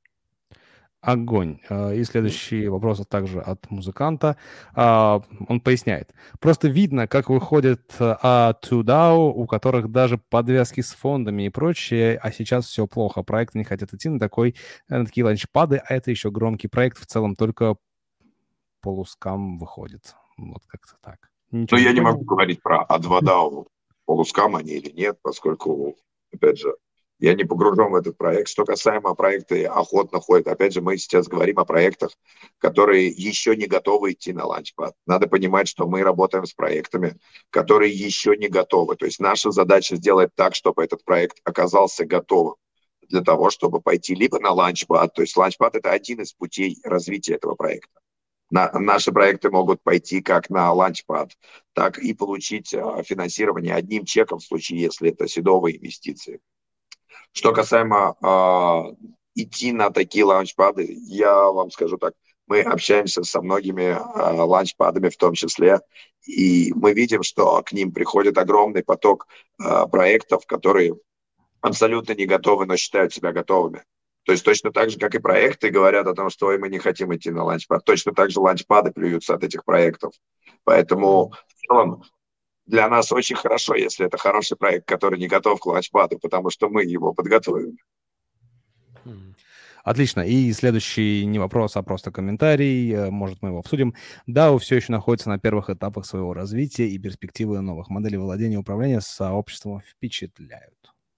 Огонь. И следующий вопрос также от музыканта. Он поясняет. Просто видно, как выходит TwoDAO, у которых даже подвязки с фондами и прочее, а сейчас все плохо. Проекты не хотят идти на такие ланчпады, а это еще громкий проект. В целом только полускам выходит. Вот как-то так. Но я не могу говорить про А2DAO, полускам они или нет, поскольку, опять же, я не погружен в этот проект. Что касаемо проекта, охотно ходят. Опять же, мы сейчас говорим о проектах, которые еще не готовы идти на ланчпад. Надо понимать, что мы работаем с проектами, которые еще не готовы. То есть наша задача сделать так, чтобы этот проект оказался готовым для того, чтобы пойти либо на ланчпад. То есть ланчпад – это один из путей развития этого проекта. Наши проекты могут пойти как на ланчпад, так и получить финансирование одним чеком в случае, если это седовые инвестиции. Что касаемо идти на такие ланчпады, я вам скажу так, мы общаемся со многими ланчпадами в том числе, и мы видим, что к ним приходит огромный поток проектов, которые абсолютно не готовы, но считают себя готовыми. То есть точно так же, как и проекты говорят о том, что мы не хотим идти на ланчпад, точно так же ланчпады плюются от этих проектов. Поэтому в целом для нас очень хорошо, если это хороший проект, который не готов к ланчпаду, потому что мы его подготовим. Отлично. И следующий не вопрос, а просто комментарий. Может, мы его обсудим. DAO все еще находится на первых этапах своего развития, и перспективы новых моделей владения и управления сообществом впечатляют.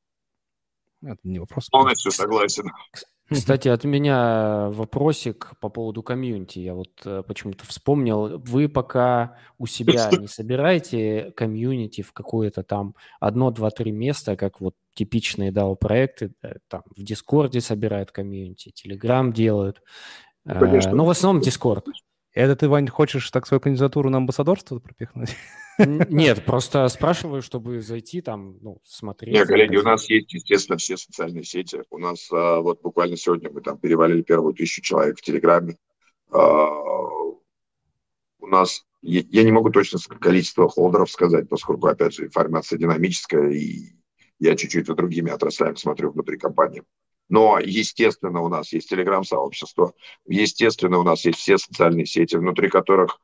Это не вопрос. Полностью согласен. Кстати, от меня вопросик по поводу комьюнити. Я вот почему-то вспомнил. Вы пока у себя не собираете комьюнити в какое-то там 1, 2, 3 места, как вот типичные DAO-проекты, там в Дискорде собирают комьюнити, Телеграм делают. Ну, в основном Дискорд. Это ты, Вань, хочешь так свою кандидатуру на амбассадорство пропихнуть? Нет, просто спрашиваю, чтобы зайти там, ну, смотреть. Нет, коллеги, у нас есть, естественно, все социальные сети. У нас вот буквально сегодня мы там перевалили первую 1000 человек в Телеграме. У нас, я не могу точно количество холдеров сказать, поскольку, опять же, информация динамическая, и я чуть-чуть за другими отраслями смотрю внутри компании. Но, естественно, у нас есть Телеграм-сообщество, естественно, у нас есть все социальные сети, внутри которых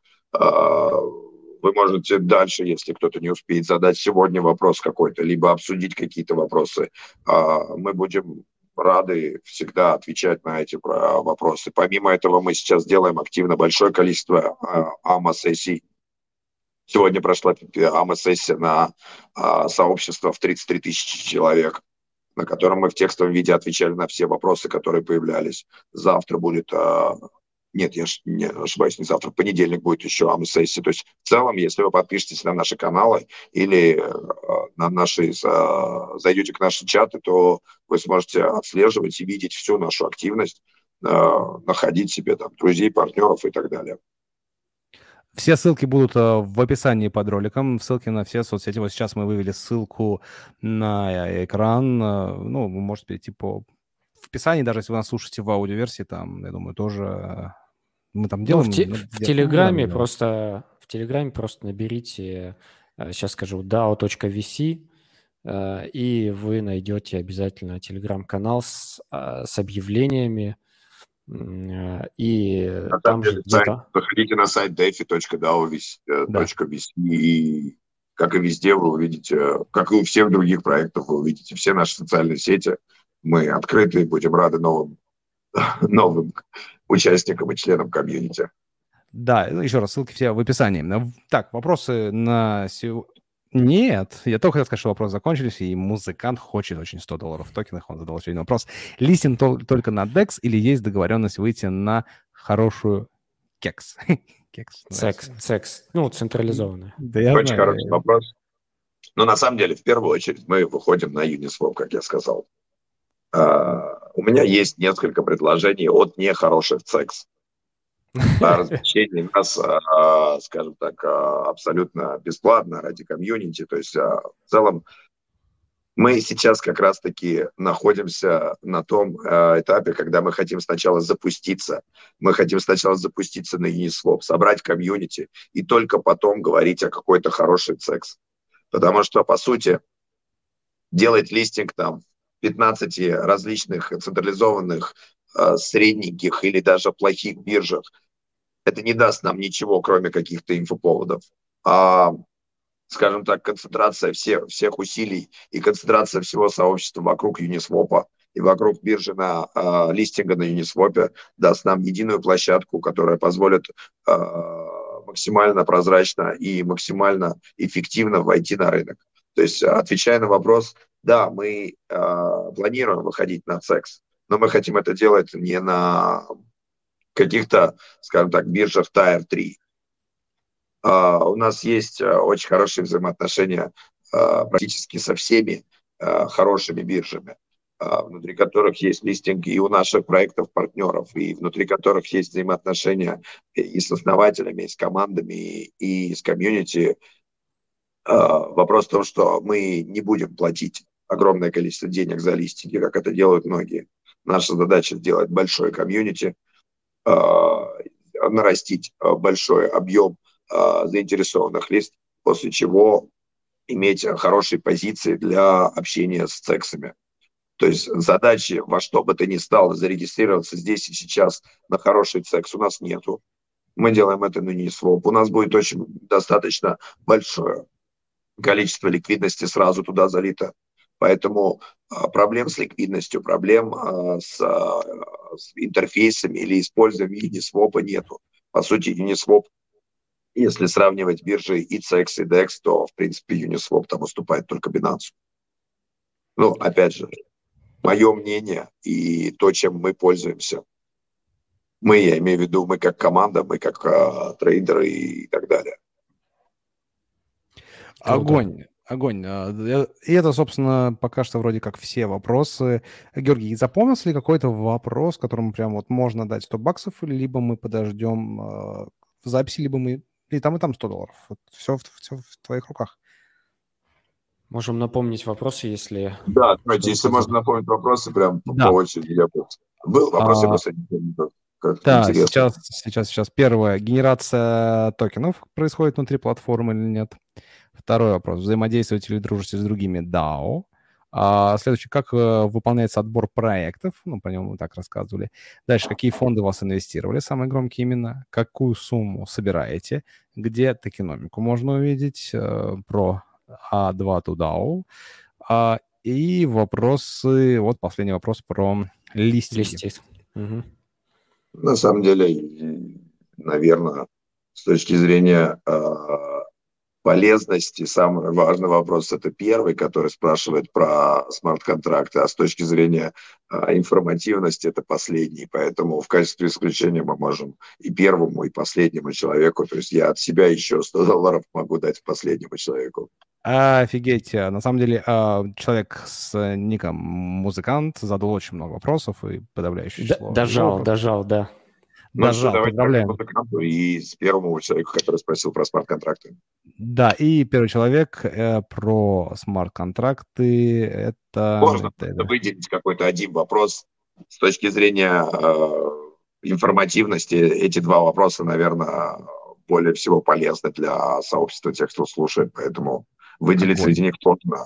вы можете дальше, если кто-то не успеет задать сегодня вопрос какой-то, либо обсудить какие-то вопросы. Мы будем рады всегда отвечать на эти вопросы. Помимо этого, мы сейчас делаем активно большое количество АМА-сессий. Сегодня прошла АМА-сессия на сообщество в 33 тысячи человек, на котором мы в текстовом виде отвечали на все вопросы, которые появлялись. Завтра будет... Нет, я не ошибаюсь, не завтра, в понедельник будет еще АМА-сессия. То есть в целом, если вы подпишетесь на наши каналы или на наши, зайдете к нашим чаты, то вы сможете отслеживать и видеть всю нашу активность, находить себе там друзей, партнеров и так далее. Все ссылки будут в описании под роликом, ссылки на все соцсети. Вот сейчас мы вывели ссылку на экран. Ну, вы можете перейти по... В описании, даже если вы нас слушаете в аудиоверсии, там, я думаю, тоже мы там делаем... Ну, в Телеграме просто наберите, сейчас скажу, dao.vc, и вы найдете обязательно Телеграм-канал с объявлениями. И там же где-то... Заходите на сайт defi.dao.vc, и как и везде вы увидите, как и у всех других проектов, вы увидите все наши социальные сети. Мы открыты, будем рады новым участникам и членам комьюнити. Да, еще раз, ссылки все в описании. Так, вопросы на сегодня... Нет, я только хотел сказать, что вопросы закончились, и музыкант хочет очень $100 в токенах. Он задал еще один вопрос. Листинг только на DEX или есть договоренность выйти на хорошую кекс? Секс. Ну, централизованная. Да, я очень знаю. Хороший вопрос. Но на самом деле, в первую очередь, мы выходим на Uniswap, как я сказал. У меня есть несколько предложений от нехороших цекс о размещении нас, скажем так, абсолютно бесплатно ради комьюнити. То есть в целом мы сейчас как раз-таки находимся на том этапе, когда мы хотим сначала запуститься. Мы хотим сначала запуститься на Uniswap, собрать комьюнити и только потом говорить о какой-то хорошей цекс. Потому что, по сути, делать листинг там 15 различных централизованных средненьких или даже плохих биржах, это не даст нам ничего, кроме каких-то инфоповодов. А, скажем так, концентрация всех усилий и концентрация всего сообщества вокруг Uniswap и вокруг биржи листинга на Uniswap даст нам единую площадку, которая позволит максимально прозрачно и максимально эффективно войти на рынок. То есть, отвечая на вопрос, да, мы планируем выходить на секс, но мы хотим это делать не на каких-то, скажем так, биржах Tier 3. У нас есть очень хорошие взаимоотношения практически со всеми хорошими биржами, внутри которых есть листинги и у наших проектов-партнеров, и внутри которых есть взаимоотношения и с основателями, и с командами, и с комьюнити. Вопрос в том, что мы не будем платить огромное количество денег за листинги, как это делают многие. Наша задача сделать большой комьюнити, нарастить большой объем заинтересованных лист, после чего иметь хорошие позиции для общения с цексами. То есть задачи во что бы то ни стало зарегистрироваться здесь и сейчас на хороший цекс у нас нету. Мы делаем это на Uniswap. У нас будет очень достаточно большое количество ликвидности сразу туда залито. Поэтому проблем с ликвидностью, проблем с интерфейсами или использованием Uniswap нету. По сути, Uniswap, если сравнивать биржи и CEX, и DEX, то, в принципе, Uniswap там уступает только Binance. Ну, опять же, мое мнение и то, чем мы пользуемся. Я имею в виду, мы как команда, мы как трейдеры и так далее. Огонь. И это, собственно, пока что вроде как все вопросы. Георгий, запомнился ли какой-то вопрос, которому прям вот можно дать $100, либо мы подождем в записи, либо мы... И там $100. Все в твоих руках. Можем напомнить вопросы, если... Да, давайте, если можно напомнить вопросы, прям по очереди. Был вопрос, я просто не помню, как да, интересно. Сейчас. Первое. Генерация токенов происходит внутри платформы или нет? Второй вопрос. Взаимодействуете ли дружите с другими DAO? Следующий. Как выполняется отбор проектов? Ну, по нему мы так рассказывали. Дальше. Какие фонды у вас инвестировали? Самые громкие именно. Какую сумму собираете? Где токеномику можно увидеть? Про A2 to DAO. И вопросы... Вот последний вопрос про листинги. Угу. На самом деле, наверное, с точки зрения полезности, самый важный вопрос – это первый, который спрашивает про смарт-контракты, а с точки зрения информативности – это последний. Поэтому в качестве исключения мы можем и первому, и последнему человеку, то есть я от себя еще $100 могу дать последнему человеку. Офигеть. На самом деле, человек с ником «Музыкант» задал очень много вопросов, и подавляющее число. Дожал, да. Дожал, поздравляем. И с первому человеку, который спросил про смарт-контракты. Да, и первый человек про смарт-контракты, это... Можно выделить какой-то один вопрос. С точки зрения информативности, эти два вопроса, наверное, более всего полезны для сообщества тех, кто слушает, поэтому выделить среди них точно.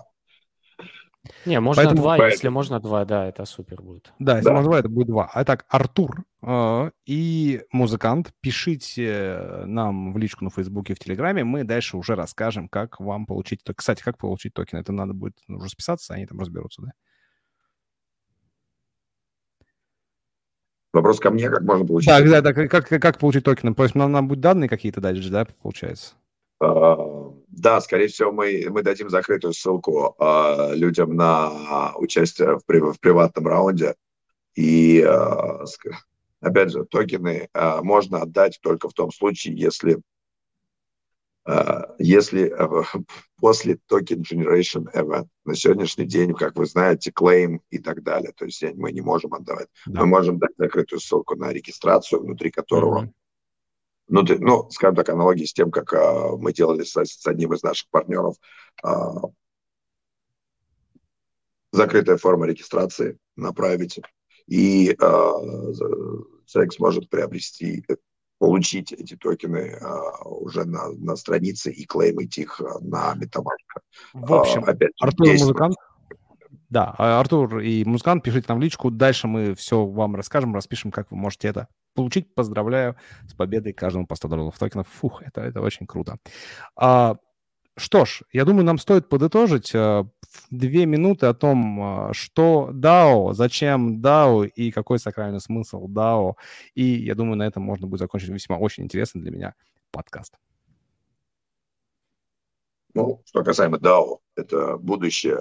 Не, можно два, если можно два, да, это супер будет. Да, если можно два, это будет два. А так, Артур и Музыкант, пишите нам в личку на Фейсбуке, в Телеграме, мы дальше уже расскажем, как вам получить... Кстати, как получить токен? Это надо будет уже списаться, они там разберутся, да? Вопрос ко мне, как можно получить? Да, как получить токены? То есть нам будут данные какие-то дальше, да, получается? Да, скорее всего, мы дадим закрытую ссылку людям на участие в приватном раунде. И, опять же, токены можно отдать только в том случае, если Если после Token Generation Event на сегодняшний день, как вы знаете, claim и так далее, то есть мы не можем отдавать. Да. Мы можем дать закрытую ссылку на регистрацию, внутри которого, скажем так, аналогии с тем, как мы делали с одним из наших партнеров, закрытая форма регистрации направить, и человек сможет получить эти токены уже на странице и клеймить их на MetaMask. В общем, опять же, Артур Музыкант. Да, Артур и Музыкант, пишите нам в личку. Дальше мы все вам расскажем, распишем, как вы можете это получить. Поздравляю с победой каждому по $100 токенов. Фух, это очень круто. Что ж, я думаю, нам стоит подытожить 2 минуты о том, что DAO, зачем DAO и какой сакральный смысл DAO. И я думаю, на этом можно будет закончить весьма очень интересный для меня подкаст. Ну, что касаемо DAO, это будущая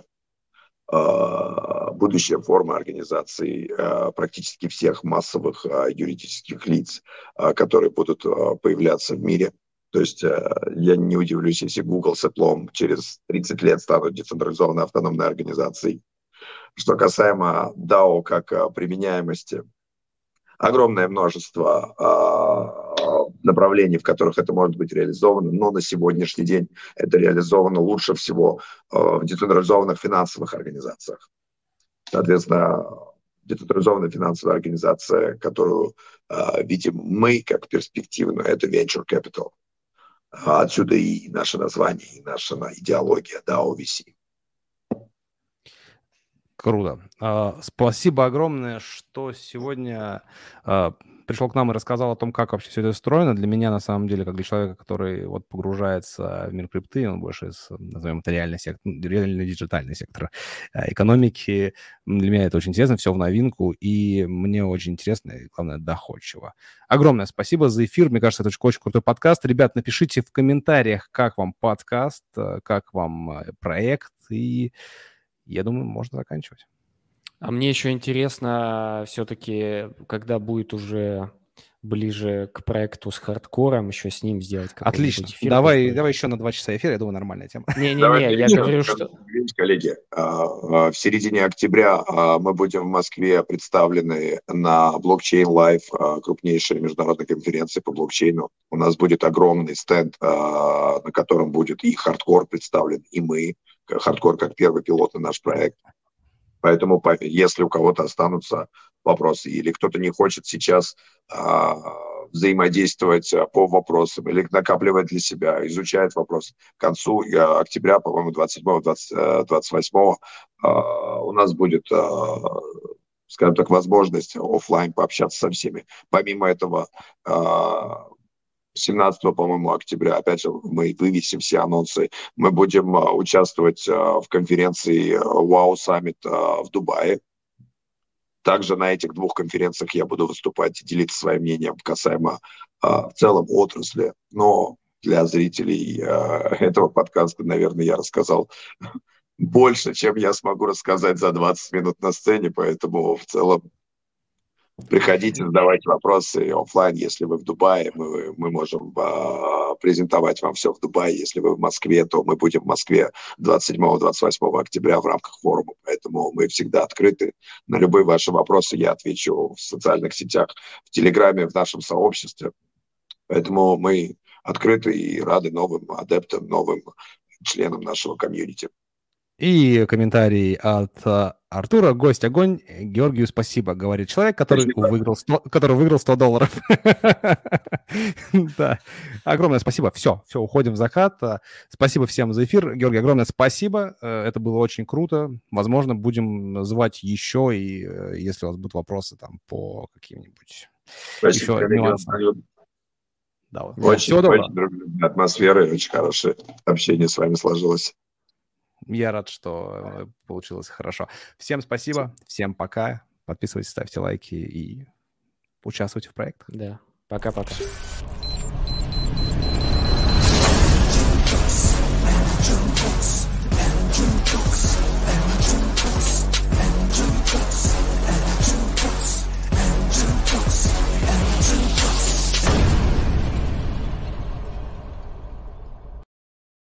форма организации практически всех массовых юридических лиц, которые будут появляться в мире. То есть я не удивлюсь, если Google с Apple через 30 лет станут децентрализованной автономной организацией. Что касаемо DAO как применяемости, огромное множество направлений, в которых это может быть реализовано, но на сегодняшний день это реализовано лучше всего в децентрализованных финансовых организациях. Соответственно, децентрализованная финансовая организация, которую видим мы как перспективную, это Venture Capital. Отсюда и наше название, и наша идеология DAO-VC. Круто. Спасибо огромное, что сегодня пришел к нам и рассказал о том, как вообще все это устроено. Для меня, на самом деле, как для человека, который вот погружается в мир крипты, он больше из, назовем это, реально-диджитальный сектор экономики. Для меня это очень интересно, все в новинку, и мне очень интересно, и, главное, доходчиво. Огромное спасибо за эфир. Мне кажется, это очень крутой подкаст. Ребят, напишите в комментариях, как вам подкаст, как вам проект, и я думаю, можно заканчивать. А мне еще интересно все-таки, когда будет уже ближе к проекту с хардкором, еще с ним сделать какой-нибудь Отлично. эфир. Давай еще на 2 часа эфира, я думаю, нормальная тема. Не-не-не, я говорю, что... Коллеги, в середине октября мы будем в Москве представлены на Blockchain Live, крупнейшей международной конференции по блокчейну. У нас будет огромный стенд, на котором будет и хардкор представлен, и мы. Хардкор как первый пилотный наш проект. Поэтому, если у кого-то останутся вопросы, или кто-то не хочет сейчас взаимодействовать по вопросам, или накапливать для себя, изучает вопрос, к концу октября, по-моему, 27-28 у нас будет, скажем так, возможность офлайн пообщаться со всеми. Помимо этого, 17, по-моему, октября, опять же, мы вывесим все анонсы. Мы будем участвовать в конференции Wow Summit в Дубае. Также на этих 2 конференциях я буду выступать и делиться своим мнением касаемо в целом отрасли. Но для зрителей этого подкаста, наверное, я рассказал больше, чем я смогу рассказать за 20 минут на сцене. Поэтому в целом приходите, задавайте вопросы офлайн. Если вы в Дубае, мы можем презентовать вам все в Дубае. Если вы в Москве, то мы будем в Москве 27-28 октября в рамках форума. Поэтому мы всегда открыты. На любые ваши вопросы я отвечу в социальных сетях, в Телеграме, в нашем сообществе. Поэтому мы открыты и рады новым адептам, новым членам нашего комьюнити. И комментарий от Артура. Гость огонь. Георгию спасибо, говорит человек, который выиграл $100. Да. Огромное спасибо. Все, уходим в закат. Спасибо всем за эфир. Георгий, огромное спасибо. Это было очень круто. Возможно, будем звать еще, и если у вас будут вопросы там по каким-нибудь еще нюансам. Да, очень дружелюбная атмосфера и очень хорошее общение с вами сложилось. Я рад, что получилось хорошо. Всем спасибо, всем пока. Подписывайтесь, ставьте лайки и участвуйте в проектах. Да, пока-пока.